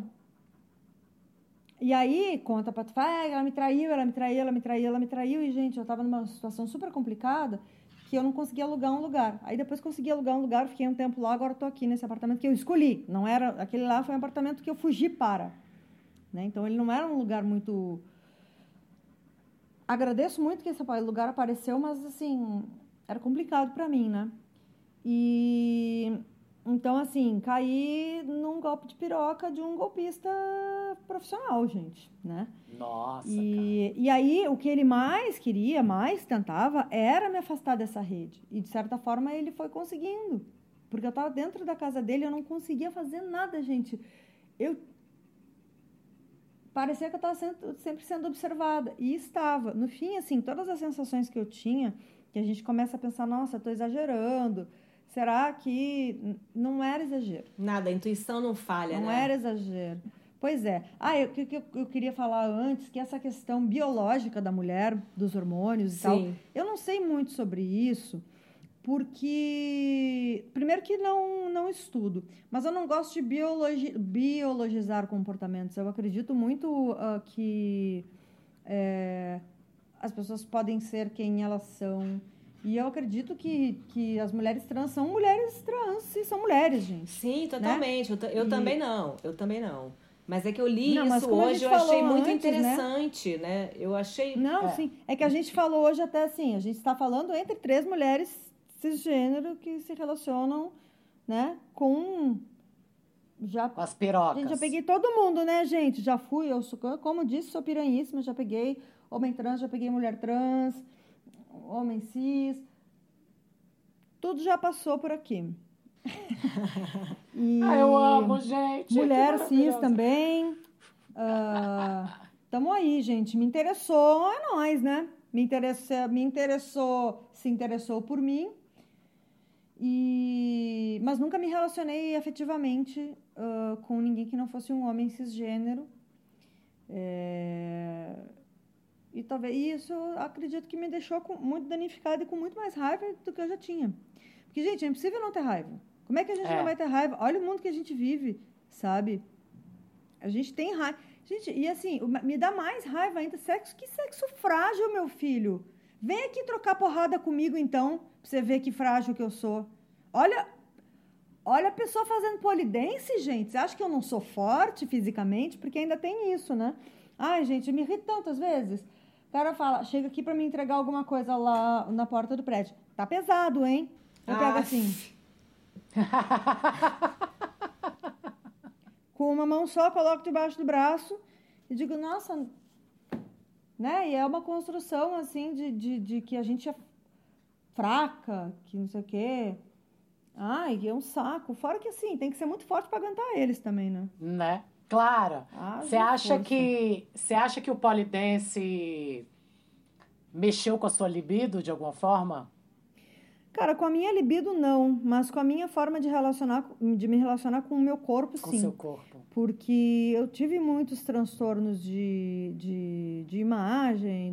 E aí, conta pra tu, ela me traiu. E, gente, eu estava numa situação super complicada, que eu não conseguia alugar um lugar. Aí depois consegui alugar um lugar, fiquei um tempo lá, agora estou aqui nesse apartamento que eu escolhi. Não era, aquele lá foi um apartamento que eu fugi para. Né? Então, ele não era um lugar muito... Agradeço muito que esse lugar apareceu, mas, assim, era complicado para mim, né? E... Então, assim, caí num golpe de piroca de um golpista profissional, gente, né? Nossa, e aí, o que ele mais queria, mais tentava, era me afastar dessa rede. E, de certa forma, ele foi conseguindo. Porque eu estava dentro da casa dele, eu não conseguia fazer nada, gente. Parecia que eu estava sempre sendo observada. E estava. No fim, assim, todas as sensações que eu tinha, que a gente começa a pensar, nossa, estou exagerando... Será que não era exagero? Nada, a intuição não falha, não né? Não era exagero. Pois é. Eu queria falar antes que essa questão biológica da mulher, dos hormônios e tal, eu não sei muito sobre isso, porque, primeiro que não estudo, mas eu não gosto de biologizar comportamentos. Eu acredito muito que as pessoas podem ser quem elas são. E eu acredito que as mulheres trans são mulheres trans e são mulheres, gente. Sim, totalmente. Né? Eu também não. Mas é que eu li não, isso hoje, eu achei muito interessante, né? Eu achei... Não, sim. É que a gente falou hoje até assim, a gente está falando entre 3 mulheres cisgênero que se relacionam, né, com as pirocas. Gente, já peguei todo mundo, né, gente? Já fui, como disse, sou piranhíssima, já peguei homem trans, já peguei mulher trans... homem cis, tudo já passou por aqui. Eu amo, gente. Mulher cis também. Tamo aí, gente. Me interessou, é nóis, né? Se interessou por mim. Mas nunca me relacionei afetivamente com ninguém que não fosse um homem cisgênero. E talvez isso, acredito que me deixou muito danificada e com muito mais raiva do que eu já tinha. Porque, gente, é impossível não ter raiva. Como é que a gente não vai ter raiva? Olha o mundo que a gente vive, sabe? A gente tem raiva. Gente, e assim, me dá mais raiva ainda. Que sexo frágil, meu filho. Vem aqui trocar porrada comigo, então, pra você ver que frágil que eu sou. Olha a pessoa fazendo polidense, gente. Você acha que eu não sou forte fisicamente? Porque ainda tem isso, né? Ai, gente, me irrita tantas vezes. O cara fala, chega aqui pra me entregar alguma coisa lá na porta do prédio. Tá pesado, hein? Eu pego assim. Com uma mão só, coloco debaixo do braço e digo, nossa... Né? E é uma construção, assim, de que a gente é fraca, que não sei o quê. Ai, é um saco. Fora que, assim, tem que ser muito forte pra aguentar eles também, né? Né? Claro. Você acha que o polidense mexeu com a sua libido de alguma forma? Cara, com a minha libido não, mas com a minha forma de me relacionar com o meu corpo, sim. Com o seu corpo. Porque eu tive muitos transtornos de imagem,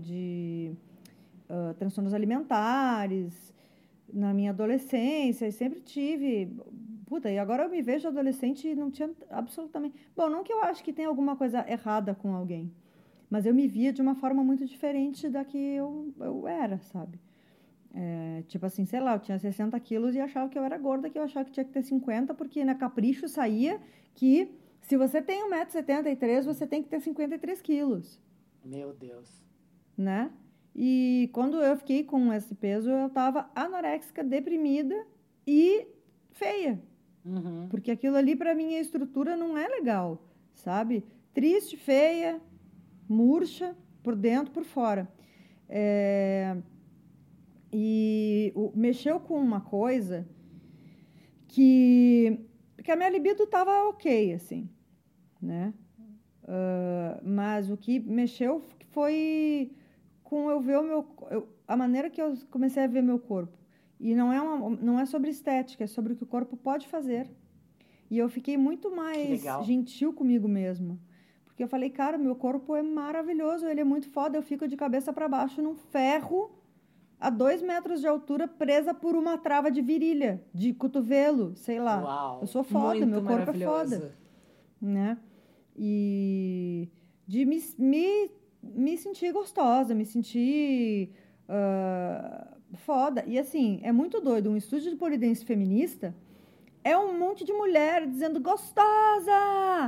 transtornos alimentares na minha adolescência, e sempre tive, puta, e agora eu me vejo adolescente e não tinha absolutamente... Bom, não que eu acho que tem alguma coisa errada com alguém, mas eu me via de uma forma muito diferente da que eu era, sabe? Tipo assim, sei lá, eu tinha 60 quilos e achava que eu era gorda, que eu achava que tinha que ter 50, porque na Capricho saía que se você tem 1,73 m, você tem que ter 53 quilos. Meu Deus. Né? E quando eu fiquei com esse peso, eu tava anoréxica, deprimida e feia. Uhum. Porque aquilo ali, pra minha estrutura, não é legal, sabe? Triste, feia, murcha, por dentro, por fora. E mexeu com uma coisa que a minha libido tava ok, assim, né? Mas o que mexeu foi com eu ver a maneira que eu comecei a ver meu corpo. E não é sobre estética, é sobre o que o corpo pode fazer. E eu fiquei muito mais gentil comigo mesma. Porque eu falei, cara, meu corpo é maravilhoso, ele é muito foda, eu fico de cabeça para baixo num ferro a 2 metros de altura, presa por uma trava de virilha, de cotovelo, sei lá. Uau. Eu sou foda, muito meu corpo é foda. Né? E de me sentir gostosa, me sentir foda. E assim, é muito doido. Um estúdio de pole dance feminista é um monte de mulher dizendo gostosa!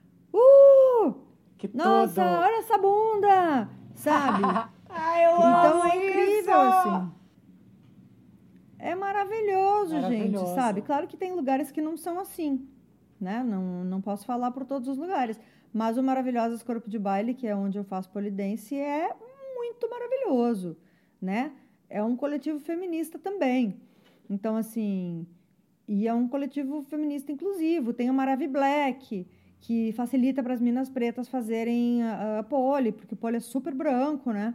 Que Nossa, tudo. olha essa bunda! Sabe? Ai, eu Então amo é incrível, isso. assim. É maravilhoso, gente, Maravilhoso. sabe? Claro que tem lugares que não são assim, né? Não posso falar por todos os lugares. Mas o Maravilhosas Corpo de Baile, que é onde eu faço pole dance, é muito maravilhoso, né? É um coletivo feminista também. Então, assim... E é um coletivo feminista inclusivo. Tem o Maravi Black, que facilita para as minas pretas fazerem a pole, porque o pole é super branco, né?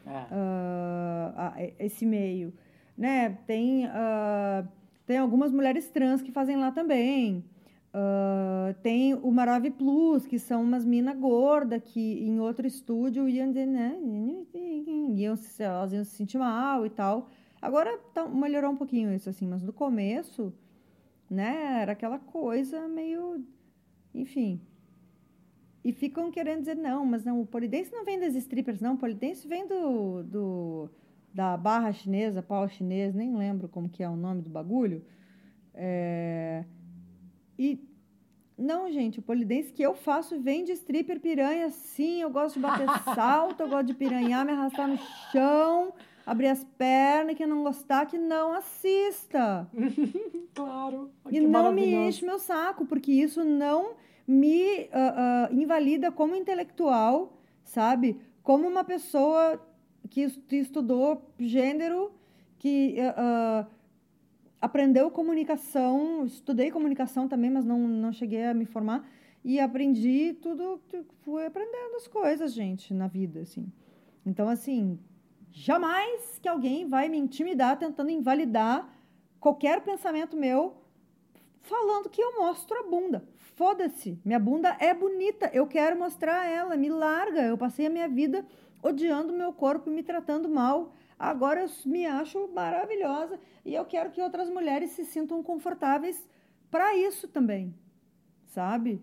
Esse meio. Né? Tem algumas mulheres trans que fazem lá também. Tem o Maravi Plus, que são umas minas gordas que em outro estúdio iam dizer, né? Elas iam se sentir mal e tal. Agora melhorou um pouquinho isso, assim, mas no começo, né? Era aquela coisa meio... Enfim. E ficam querendo dizer, não, mas não, o pole dance não vem das strippers, não. O pole dance vem da barra chinesa, pau chinês, nem lembro como que é o nome do bagulho. E, não, gente, o pole dance que eu faço vem de stripper piranha, sim. Eu gosto de bater salto, eu gosto de piranhar, me arrastar no chão, abrir as pernas, quem não gostar, que não assista. Claro. E não me enche meu saco, porque isso não me invalida como intelectual, sabe? Como uma pessoa que estudou gênero, que aprendeu comunicação, estudei comunicação também, mas não cheguei a me formar, e aprendi tudo, fui aprendendo as coisas, gente, na vida, assim. Então, assim, jamais que alguém vai me intimidar tentando invalidar qualquer pensamento meu falando que eu mostro a bunda. Foda-se, minha bunda é bonita, eu quero mostrar ela, me larga. Eu passei a minha vida odiando meu corpo e me tratando mal. Agora eu me acho maravilhosa e eu quero que outras mulheres se sintam confortáveis para isso também, sabe?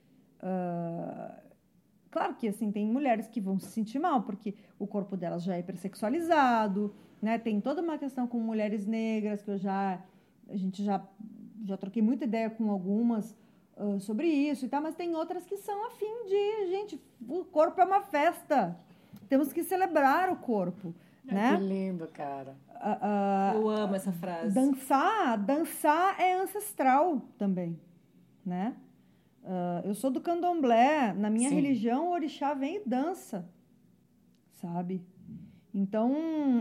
Claro que, assim, tem mulheres que vão se sentir mal, porque o corpo delas já é hipersexualizado, né? Tem toda uma questão com mulheres negras, que a gente já troquei muita ideia com algumas sobre isso e tal, mas tem outras que são a fim de, gente, o corpo é uma festa. Temos que celebrar o corpo, né? Que lindo, cara. Eu amo essa frase. Dançar é ancestral também, né? Eu sou do candomblé, na minha religião o orixá vem e dança, sabe? Então,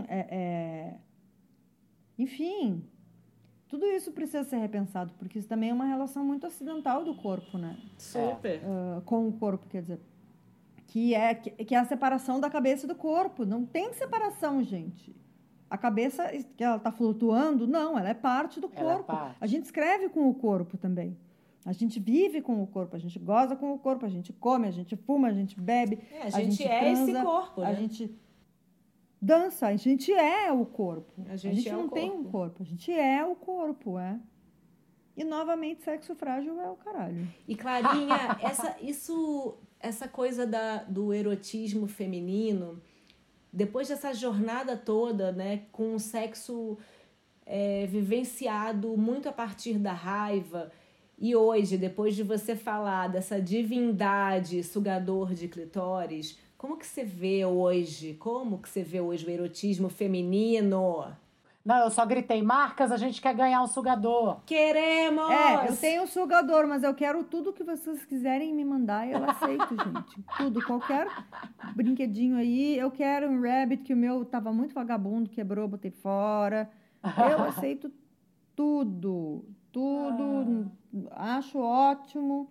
enfim, tudo isso precisa ser repensado, porque isso também é uma relação muito ocidental do corpo, né? Super. Com o corpo, quer dizer, que é a separação da cabeça e do corpo. Não tem separação, gente. A cabeça, que ela está flutuando, não, ela é parte do corpo. A gente escreve com o corpo também. A gente vive com o corpo, a gente goza com o corpo, a gente come, a gente fuma, a gente bebe, a gente transa, esse corpo, né? A gente dança, a gente é o corpo. A gente é não tem um corpo, a gente é o corpo, E, novamente, sexo frágil é o caralho. E, Clarinha, essa coisa do erotismo feminino, depois dessa jornada toda, né, com o sexo vivenciado muito a partir da raiva, e hoje, depois de você falar dessa divindade sugador de clitóris, como que você vê hoje? Como que você vê hoje o erotismo feminino? Não, eu só gritei, Marcas, a gente quer ganhar um sugador. Queremos! Eu tenho um sugador, mas eu quero tudo que vocês quiserem me mandar, eu aceito, gente. Tudo, qualquer brinquedinho aí. Eu quero um rabbit, que o meu tava muito vagabundo, quebrou, botei fora. Eu aceito tudo. Acho ótimo.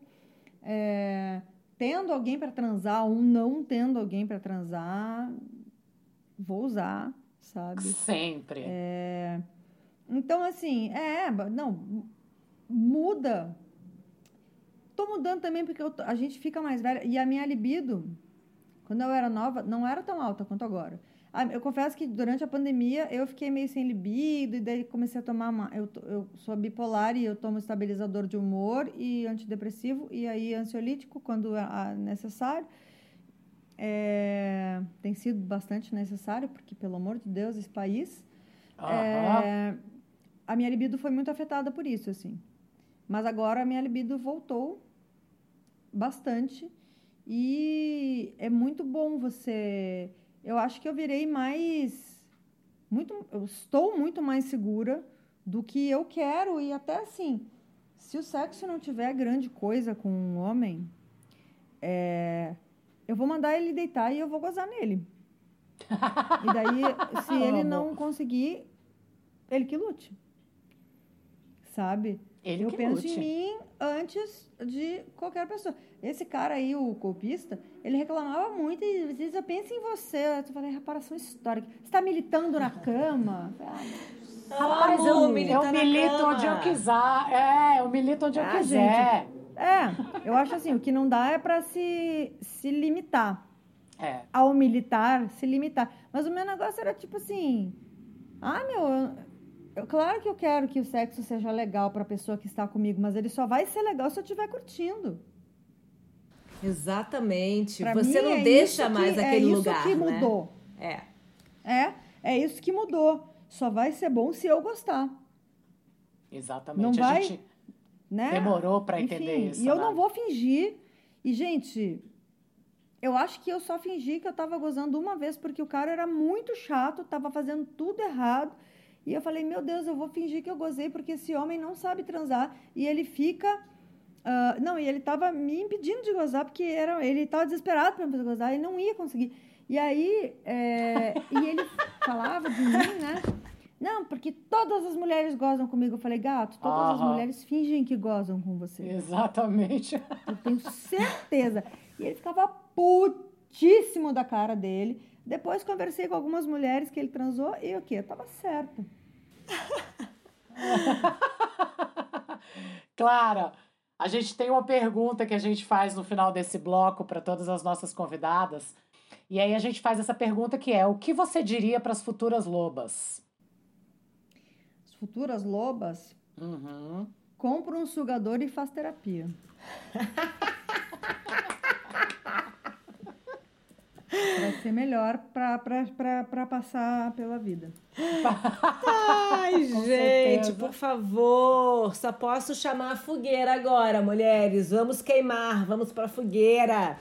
Tendo alguém para transar ou não tendo alguém para transar, vou usar, sabe? Sempre. Então, assim, não, muda. Tô mudando também porque a gente fica mais velha. E a minha libido, quando eu era nova, não era tão alta quanto agora. Eu confesso que durante a pandemia eu fiquei meio sem libido e daí comecei a tomar... Eu sou bipolar e eu tomo estabilizador de humor e antidepressivo e aí ansiolítico quando é necessário. Tem sido bastante necessário porque, pelo amor de Deus, esse país... A minha libido foi muito afetada por isso, assim. Mas agora a minha libido voltou bastante e é muito bom você... Eu acho que eu virei eu estou muito mais segura do que eu quero e até assim, se o sexo não tiver grande coisa com um homem, eu vou mandar ele deitar e eu vou gozar nele. E daí, se ele não conseguir, ele que lute. Sabe? Eu penso em mim antes de qualquer pessoa. Esse cara aí, o golpista, ele reclamava muito e às vezes eu penso em você. Eu falei, reparação histórica. Você está militando na cama? Rapaz, eu milito onde eu quiser. Eu milito onde eu quiser. Gente, eu acho assim, o que não dá é para se limitar. Ao militar, se limitar. Mas o meu negócio era tipo assim... claro que eu quero que o sexo seja legal para a pessoa que está comigo, mas ele só vai ser legal se eu estiver curtindo. Exatamente. Pra você mim, não deixa mais aquele lugar, né? É isso que mudou. É isso que mudou. Só vai ser bom se eu gostar. Exatamente. Não vai, a gente demorou para entender isso. E eu não vou fingir. E, gente, eu acho que eu só fingi que eu estava gozando uma vez, porque o cara era muito chato, estava fazendo tudo errado. E eu falei, meu Deus, eu vou fingir que eu gozei, porque esse homem não sabe transar. E ele fica... e ele estava me impedindo de gozar, porque ele estava desesperado para me fazer gozar, e não ia conseguir. E aí, e ele falava de mim, né? Não, porque todas as mulheres gozam comigo. Eu falei, gato, todas as mulheres fingem que gozam com você. Exatamente. Eu tenho certeza. E ele ficava putíssimo da cara dele. Depois conversei com algumas mulheres que ele transou e o quê? Eu tava certa. Clara, a gente tem uma pergunta que a gente faz no final desse bloco para todas as nossas convidadas. E aí a gente faz essa pergunta que é: o que você diria para as futuras lobas? As futuras lobas? Compra um sugador e faz terapia. Vai ser melhor para passar pela vida. Ai, gente, por favor, só posso chamar a fogueira agora, mulheres. Vamos queimar, vamos para a fogueira.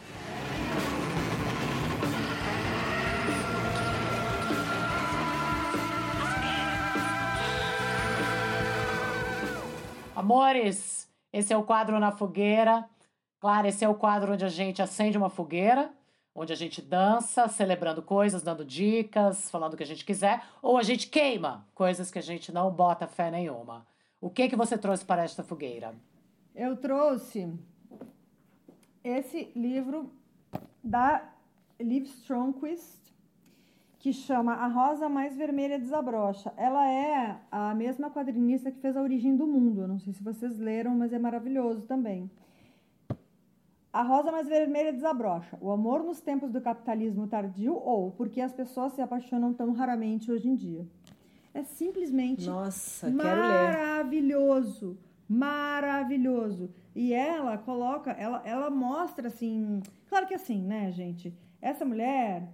Amores, esse é o quadro Na Fogueira. Claro, esse é o quadro onde a gente acende uma fogueira, onde a gente dança, celebrando coisas, dando dicas, falando o que a gente quiser, ou a gente queima coisas que a gente não bota fé nenhuma. O que você trouxe para esta fogueira? Eu trouxe esse livro da Liv Stromquist, que chama A Rosa Mais Vermelha Desabrocha. Ela é a mesma quadrinista que fez A Origem do Mundo. Eu não sei se vocês leram, mas é maravilhoso também. A Rosa Mais Vermelha Desabrocha. O amor nos tempos do capitalismo tardio ou porque as pessoas se apaixonam tão raramente hoje em dia. É simplesmente quero ler. Maravilhoso. Maravilhoso. E ela coloca, ela mostra assim, claro que assim, né, gente? Essa mulher,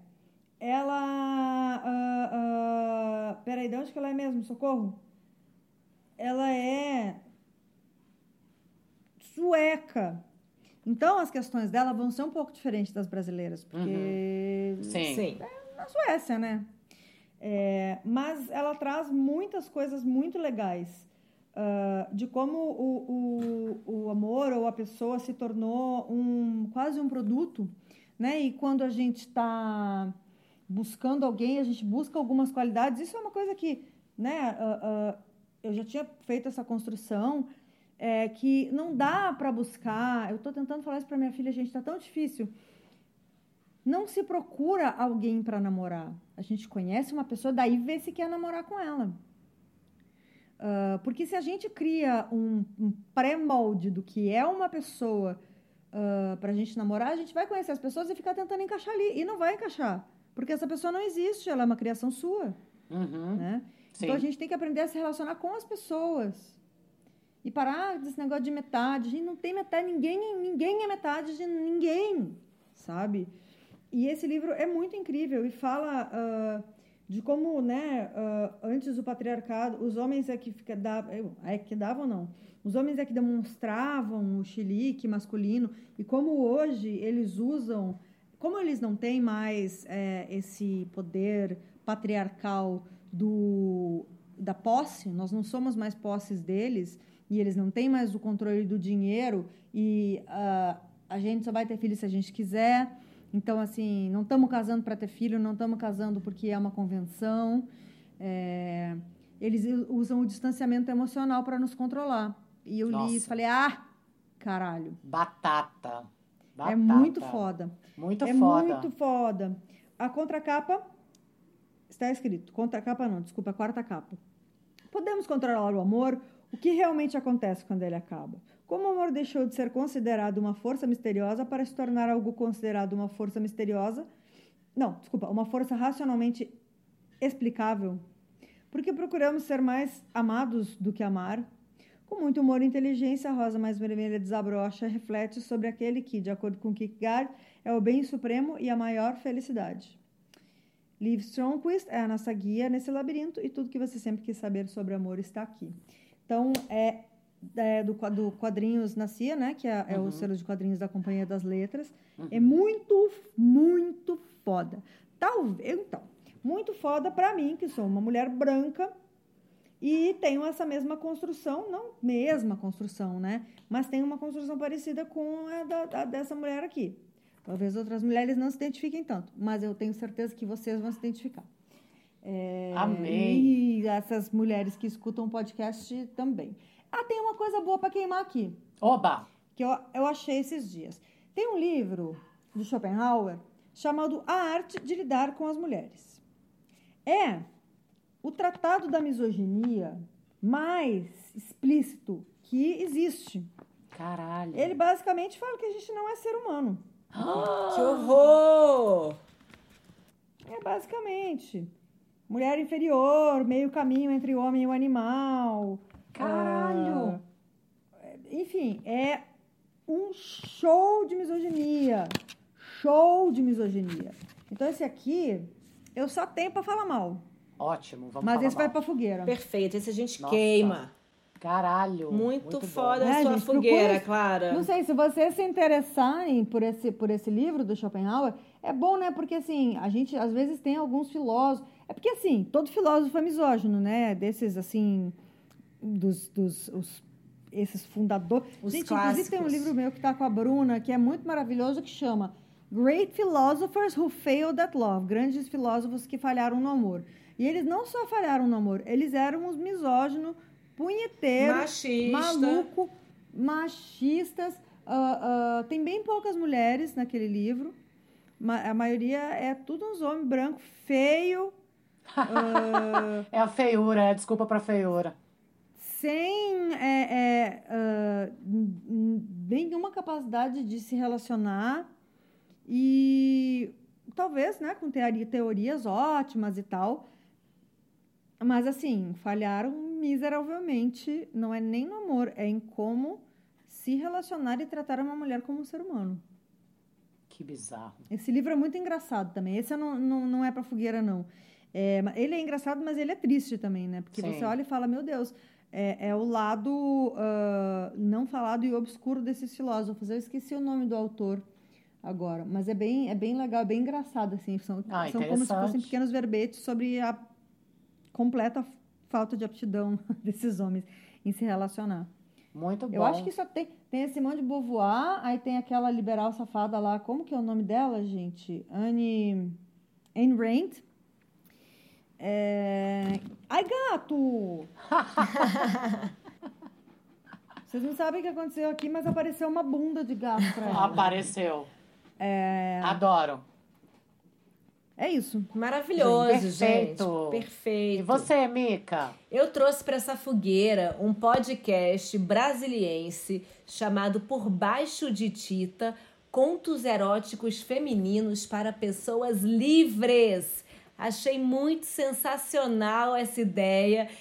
ela, peraí, de onde que ela é mesmo? Socorro? Ela é sueca. Então, as questões dela vão ser um pouco diferentes das brasileiras, porque Sim. na Suécia, né? Mas ela traz muitas coisas muito legais de como o amor ou a pessoa se tornou quase um produto, né? E quando a gente está buscando alguém, a gente busca algumas qualidades. Isso é uma coisa que, né? Eu já tinha feito essa construção que não dá para buscar. Eu estou tentando falar isso para minha filha, gente, está tão difícil. Não se procura alguém para namorar. A gente conhece uma pessoa, daí vê se quer namorar com ela. Porque se a gente cria um pré-molde do que é uma pessoa para a gente namorar, a gente vai conhecer as pessoas e ficar tentando encaixar ali. E não vai encaixar, porque essa pessoa não existe, ela é uma criação sua. Né? Então a gente tem que aprender a se relacionar com as pessoas. E parar desse negócio de metade. A gente não tem metade, ninguém é metade de ninguém, sabe? E esse livro é muito incrível e fala de como, né, antes do patriarcado, os homens davam, não. Os homens é que demonstravam o chilique masculino e como hoje eles usam, como eles não têm mais esse poder patriarcal da posse, nós não somos mais posses deles, e eles não têm mais o controle do dinheiro, e a gente só vai ter filho se a gente quiser. Então, assim, não estamos casando para ter filho, não estamos casando porque é uma convenção. Eles usam o distanciamento emocional para nos controlar. E eu li isso e falei, caralho. Batata. É muito foda. Muito foda. Muito foda. A contracapa, está escrito, contracapa não, desculpa, a quarta capa. Podemos controlar o amor? O que realmente acontece quando ele acaba? Como o amor deixou de ser considerado uma força misteriosa para se tornar algo considerado uma força misteriosa? Não, desculpa, uma força racionalmente explicável? Porque procuramos ser mais amados do que amar? Com muito humor e inteligência, a rosa mais vermelha desabrocha e reflete sobre aquele que, de acordo com Kierkegaard, é o bem supremo e a maior felicidade. Liv Stromquist é a nossa guia nesse labirinto e tudo que você sempre quis saber sobre amor está aqui. Então, do Quadrinhos na CIA, né? Que é o selo de quadrinhos da Companhia das Letras. É muito, muito foda. Então, muito foda para mim, que sou uma mulher branca e tenho essa mesma construção, não mesma construção, né? Mas tenho uma construção parecida com a dessa mulher aqui. Talvez outras mulheres não se identifiquem tanto, mas eu tenho certeza que vocês vão se identificar. Amém. E essas mulheres que escutam o podcast também. Tem uma coisa boa para queimar aqui. Oba! Que eu achei esses dias. Tem um livro do Schopenhauer chamado A Arte de Lidar com as Mulheres. É o tratado da misoginia mais explícito que existe. Caralho. Ele basicamente fala que a gente não é ser humano. Que horror! Basicamente. Mulher inferior, meio caminho entre o homem e o animal. Caralho! Enfim, é um show de misoginia. Show de misoginia. Então, esse aqui, eu só tenho pra falar mal. Ótimo, vamos Mas falar esse vai mal. pra fogueira. Perfeito, esse a gente Nossa. queima. Caralho. Muito bom. foda a sua gente, fogueira, procura- Clara. Não sei, se vocês se interessarem por esse livro do Schopenhauer, é bom, né? Porque, assim, a gente, às vezes, tem alguns filósofos... É porque, assim, todo filósofo é misógino, né? Desses, assim, esses fundadores... Os gente, clássicos. inclusive, tem um livro meu que tá com a Bruna, que é muito maravilhoso, que chama Great Philosophers Who Failed at Love. Grandes filósofos que falharam no amor. E eles não só falharam no amor, eles eram os misóginos, punheteiros, Machista. maluco, machistas. Tem bem poucas mulheres naquele livro. A maioria é tudo uns homens brancos, feio, É a feiura, é a desculpa pra feiura. sem nenhuma capacidade de se relacionar e talvez, né, com teorias ótimas e tal, mas assim, falharam miseravelmente, não é nem no amor, é em como se relacionar e tratar uma mulher como um ser humano. Que bizarro. Esse livro é muito engraçado também. Esse não é pra fogueira, não. Ele é engraçado, mas ele é triste também, né? Porque Sim. você olha e fala, meu Deus, é o lado não falado e obscuro desses filósofos. Eu esqueci o nome do autor agora, mas é bem legal, é bem engraçado, assim. São como se fossem pequenos verbetes sobre a completa falta de aptidão desses homens em se relacionar. Muito bom. Eu acho que só tem a Simone de Beauvoir, aí tem aquela liberal safada lá, como que é o nome dela, gente? Ayn Rand. Ai, gato! Vocês não sabem o que aconteceu aqui, mas apareceu uma bunda de gato pra ela. Apareceu. Adoro. É isso. Maravilhoso, Perfeito. gente. Perfeito. E você, Mica? Eu trouxe para essa fogueira um podcast brasiliense chamado Por Baixo de Tita, Contos Eróticos Femininos para Pessoas Livres. Achei muito sensacional essa ideia.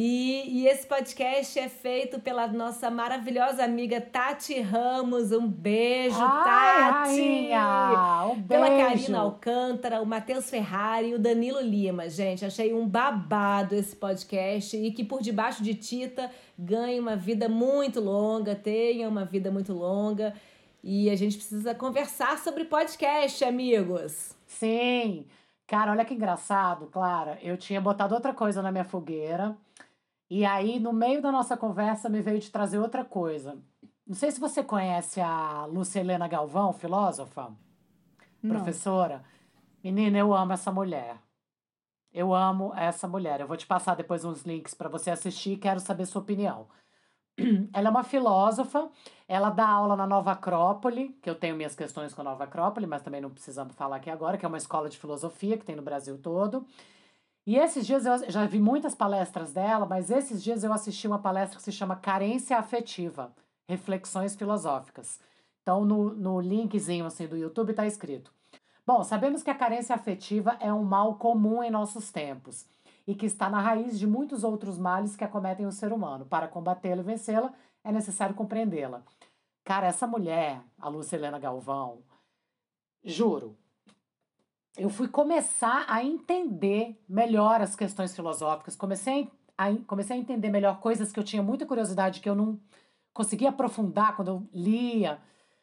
E esse podcast é feito pela nossa maravilhosa amiga Tati Ramos. Um beijo, Tati! Rainha, um Pela beijo. Karina Alcântara, o Matheus Ferrari e o Danilo Lima. Gente, achei um babado esse podcast e que por debaixo de Tita ganhe uma vida muito longa, tenha uma vida muito longa. E a gente precisa conversar sobre podcast, amigos. Sim. Cara, olha que engraçado, Clara. Eu tinha botado outra coisa na minha fogueira. E aí, no meio da nossa conversa, me veio de trazer outra coisa. Não sei se você conhece a Lúcia Helena Galvão, filósofa, professora. Menina, eu amo essa mulher. Eu amo essa mulher. Eu vou te passar depois uns links para você assistir e quero saber sua opinião. Ela é uma filósofa, ela dá aula na Nova Acrópole, que eu tenho minhas questões com a Nova Acrópole, mas também não precisamos falar aqui agora, que é uma escola de filosofia que tem no Brasil todo. E esses dias eu já vi muitas palestras dela, mas esses dias eu assisti uma palestra que se chama Carência Afetiva, Reflexões Filosóficas. Então, no linkzinho assim, do YouTube está escrito: bom, sabemos que a carência afetiva é um mal comum em nossos tempos e que está na raiz de muitos outros males que acometem o ser humano. Para combatê-la e vencê-la, é necessário compreendê-la. Cara, essa mulher, a Lúcia Helena Galvão, juro, eu fui começar a entender melhor as questões filosóficas, comecei a entender melhor coisas que eu tinha muita curiosidade, que eu não conseguia aprofundar quando eu lia.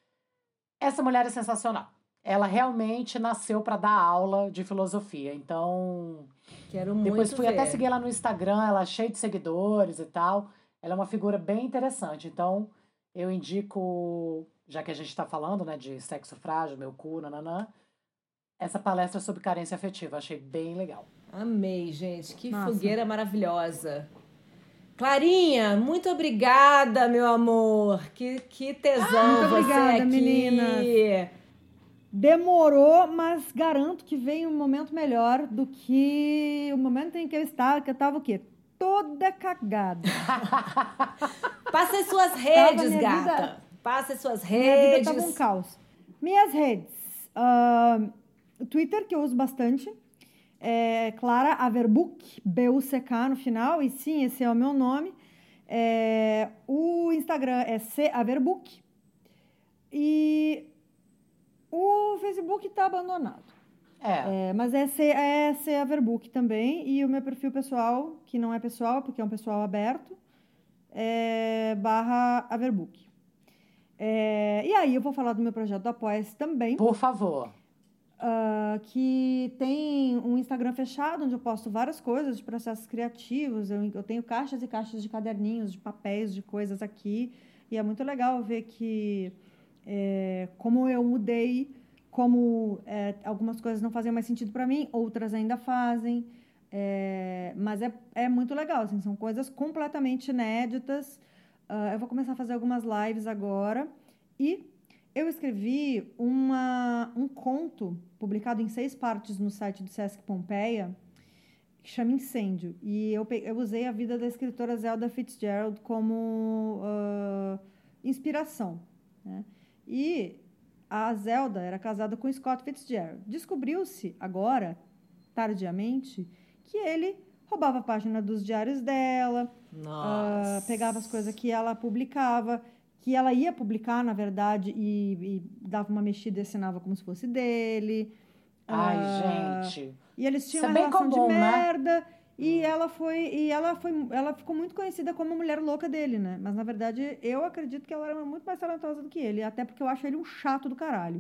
Essa mulher é sensacional. Ela realmente nasceu para dar aula de filosofia. Então, quero muito depois fui ver. até seguir ela no Instagram, ela é cheia de seguidores e tal. Ela é uma figura bem interessante. Então, eu indico, já que a gente está falando, né, de sexo frágil, meu cu, nananã, essa palestra sobre carência afetiva. Achei bem legal. Amei, gente. Que Nossa. fogueira maravilhosa. Clarinha, muito obrigada, meu amor. Que tesão muito você obrigada, aqui. meninas. Demorou, mas garanto que veio um momento melhor do que o momento em que eu tava o quê? Toda cagada. Passa as suas redes, minha gata. vida- Passa as suas Minha redes. vida tava um caos. Minhas redes. O Twitter, que eu uso bastante. É Clara Averbuch, B-U-C-K no final. E sim, esse é o meu nome. O Instagram é C Averbuch. E o Facebook tá abandonado. Mas é C Averbuch também. E o meu perfil pessoal, que não é pessoal, porque é um pessoal aberto, é /Averbuch. E aí eu vou falar do meu projeto do Apoia-se também, Por favor. que tem um Instagram fechado, onde eu posto várias coisas de processos criativos. Eu tenho caixas e caixas de caderninhos, de papéis, de coisas aqui. E é muito legal ver que, como eu mudei, como algumas coisas não faziam mais sentido para mim, outras ainda fazem. Mas é muito legal, assim, são coisas completamente inéditas. Eu vou começar a fazer algumas lives agora. E eu escrevi um conto publicado em 6 partes no site do Sesc Pompeia, que chama Incêndio. E eu usei a vida da escritora Zelda Fitzgerald como inspiração, né? E a Zelda era casada com Scott Fitzgerald. Descobriu-se agora, tardiamente, que ele roubava a página dos diários dela, Nossa. Pegava as coisas que ela publicava, que ela ia publicar, na verdade, e dava uma mexida e assinava como se fosse dele. Ai, gente. E eles tinham Isso é uma bem relação comum, de né? merda. E ela ficou muito conhecida como a mulher louca dele, né? Mas, na verdade, eu acredito que ela era muito mais talentosa do que ele. Até porque eu acho ele um chato do caralho.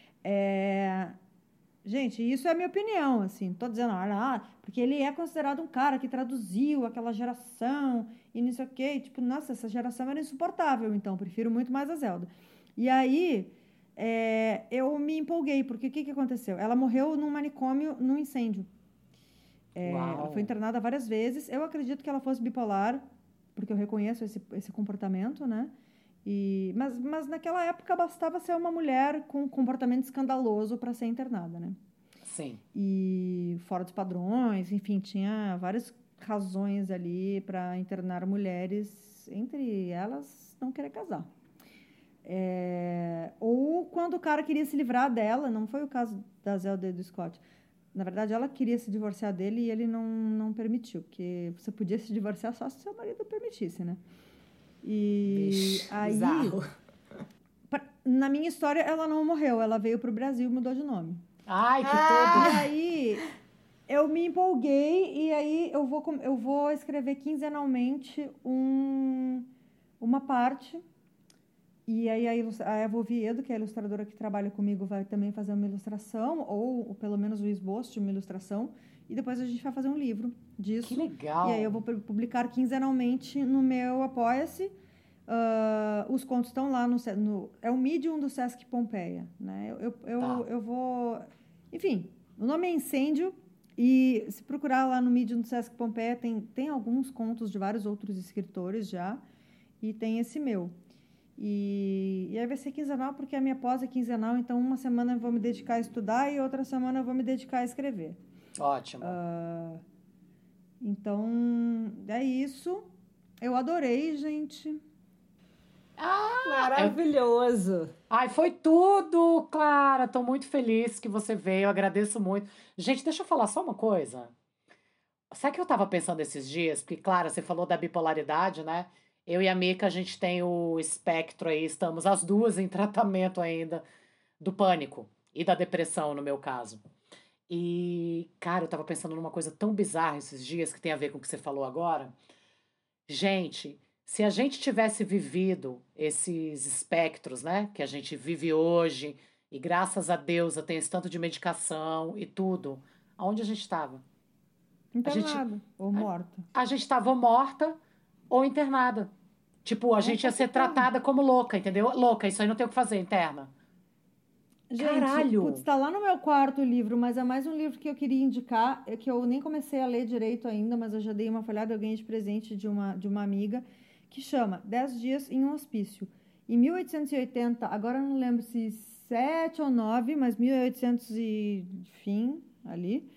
Gente, isso é a minha opinião, assim. Não tô dizendo, porque ele é considerado um cara que traduziu aquela geração e não sei o quê. Tipo, nossa, essa geração era insuportável, então. Prefiro muito mais a Zelda. E aí, eu me empolguei, porque o que aconteceu? Ela morreu num manicômio, num incêndio. Ela foi internada várias vezes. Eu acredito que ela fosse bipolar, porque eu reconheço esse comportamento, né? Mas naquela época bastava ser uma mulher com comportamento escandaloso para ser internada, né? Sim. E fora dos padrões, enfim, tinha várias razões ali para internar mulheres, entre elas não querer casar. Ou quando o cara queria se livrar dela, não foi o caso da Zelda e do Scott. Na verdade, ela queria se divorciar dele e ele não permitiu, porque você podia se divorciar só se seu marido permitisse, né? E Vixe, aí, bizarro. Na minha história, ela não morreu, ela veio pro Brasil e mudou de nome. Ai, que E tudo. aí, eu me empolguei e aí eu vou escrever quinzenalmente uma parte. E aí a Eva Oviedo, que é a ilustradora que trabalha comigo, vai também fazer uma ilustração, ou pelo menos o esboço de uma ilustração, e depois a gente vai fazer um livro disso. Que legal. E aí eu vou publicar quinzenalmente no meu Apoia-se. Os contos estão lá é o Medium do Sesc Pompeia, né? Eu vou... Enfim, o nome é Incêndio, e se procurar lá no Medium do Sesc Pompeia, tem alguns contos de vários outros escritores já, e tem esse meu. E aí vai ser quinzenal, porque a minha pós é quinzenal, então uma semana eu vou me dedicar a estudar e outra semana eu vou me dedicar a escrever. Ótimo. Então, é isso. Eu adorei, gente. Maravilhoso. Ai, foi tudo, Clara. Tô muito feliz que você veio. Agradeço muito. Gente, deixa eu falar só uma coisa. Sabe o que eu tava pensando esses dias? Porque, Clara, você falou da bipolaridade, né? Eu e a Mica, a gente tem o espectro aí, estamos as duas em tratamento ainda do pânico e da depressão, no meu caso. E, cara, eu tava pensando numa coisa tão bizarra esses dias que tem a ver com o que você falou agora. Gente, se a gente tivesse vivido esses espectros, né, que a gente vive hoje, e graças a Deus eu tenho esse tanto de medicação e tudo, aonde a gente estava? Internado ou morta. A gente estava morta ou internada. Tipo, a gente ia ser tratada como louca, entendeu? Louca, isso aí não tem o que fazer, interna. Gente, Caralho! Putz, tá lá no meu quarto o livro, mas é mais um livro que eu queria indicar, que eu nem comecei a ler direito ainda, mas eu já dei uma folhada, eu ganhei de presente de uma amiga, que chama 10 Dias em um Hospício. Em 1880, agora eu não lembro se 7 ou 9, mas 1800 e fim, ali.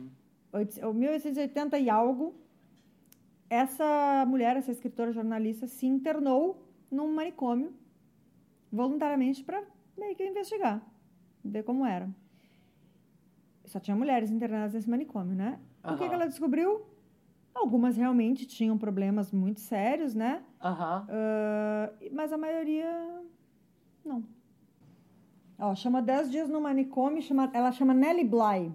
1880 e algo, essa mulher, essa escritora jornalista, se internou num manicômio voluntariamente para meio que investigar, ver como era. Só tinha mulheres internadas nesse manicômio, né? O que ela descobriu? Algumas realmente tinham problemas muito sérios, né? Mas a maioria, não. Chama 10 Dias no Manicômio, ela chama Nellie Bly.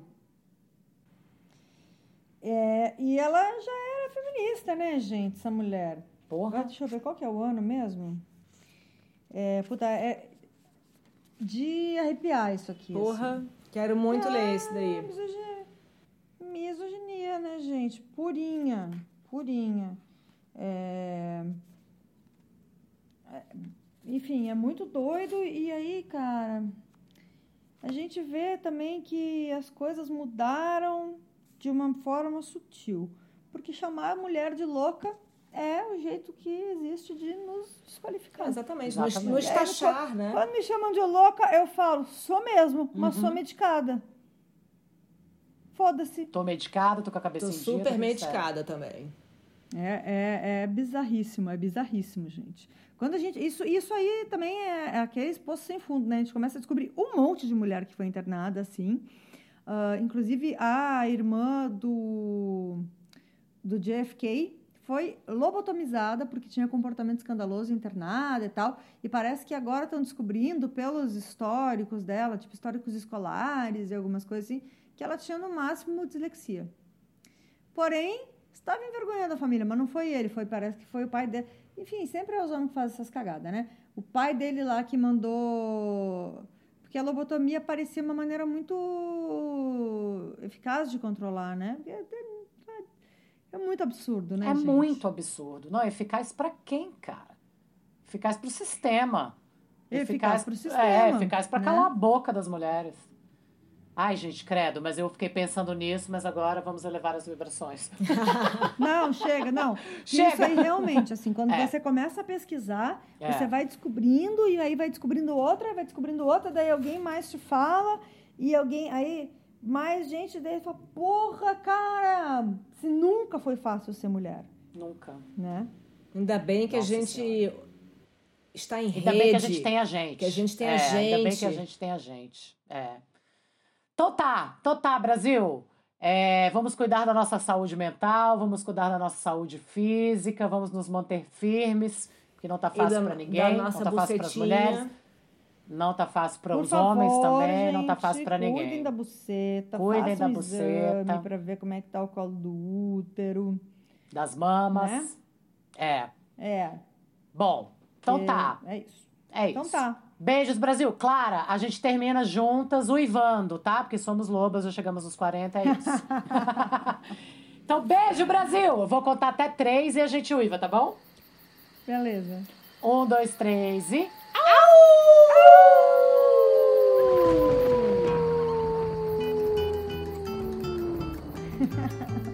E ela já era feminista, né, gente, essa mulher. Porra. Deixa eu ver, qual que é o ano mesmo? É de arrepiar isso aqui. Porra, assim. Quero muito ler esse daí. Misoginia, né, gente? Purinha. Enfim, é muito doido. E aí, cara, a gente vê também que as coisas mudaram de uma forma sutil. Porque chamar a mulher de louca é o jeito que existe de nos desqualificar. Exatamente. Nos taxar, né? Quando me chamam de louca, eu falo, sou mesmo, mas sou medicada. Foda-se. Tô medicada, tô com a cabeça em dia. Tô super medicada também. É bizarríssimo, gente. Quando a gente... Isso aí também é aquele poço sem fundo, né? A gente começa a descobrir um monte de mulher que foi internada, assim. Inclusive, a irmã do JFK foi lobotomizada porque tinha comportamento escandaloso, internada e tal. E parece que agora estão descobrindo, pelos históricos dela, tipo históricos escolares e algumas coisas assim, que ela tinha no máximo dislexia. Porém, estava envergonhando a família, mas não foi ele, parece que foi o pai dele. Enfim, sempre é os homens que fazem essas cagadas, né? O pai dele lá que mandou... Porque a lobotomia parecia uma maneira muito eficaz de controlar, né? É muito absurdo, né, gente? Muito absurdo. Não, eficaz pra quem, cara? Eficaz pro sistema. Eficaz pro sistema. Eficaz pra calar a boca das mulheres. Ai, gente, credo, mas eu fiquei pensando nisso, mas agora vamos elevar as vibrações. Não, chega, não. Chega. Isso aí realmente, assim, quando você começa a pesquisar, você vai descobrindo, e aí vai descobrindo outra, daí alguém mais te fala, e aí mais gente daí fala, porra, cara, se nunca foi fácil ser mulher. Nunca. Né? Ainda bem que Nossa a gente Senhora. está em Ainda rede. bem que a gente tem a gente. Que a gente tem a gente. Ainda bem que a gente tem a gente. Então tá, Brasil. Vamos cuidar da nossa saúde mental, vamos cuidar da nossa saúde física, vamos nos manter firmes, porque não tá fácil para ninguém, não tá fácil para as mulheres, não tá fácil para os homens também, não tá fácil para ninguém. Cuidem da buceta, Cuidem da façam buceta. exame para ver como é que tá o colo do útero. Das mamas. Né? Bom, então tá. É isso. É isso. Então tá. Beijos, Brasil. Clara, a gente termina juntas uivando, tá? Porque somos lobas, já chegamos nos 40, é isso. Então, beijo, Brasil. Eu vou contar até 3 e a gente uiva, tá bom? Beleza. 1, 2, 3 e... Au!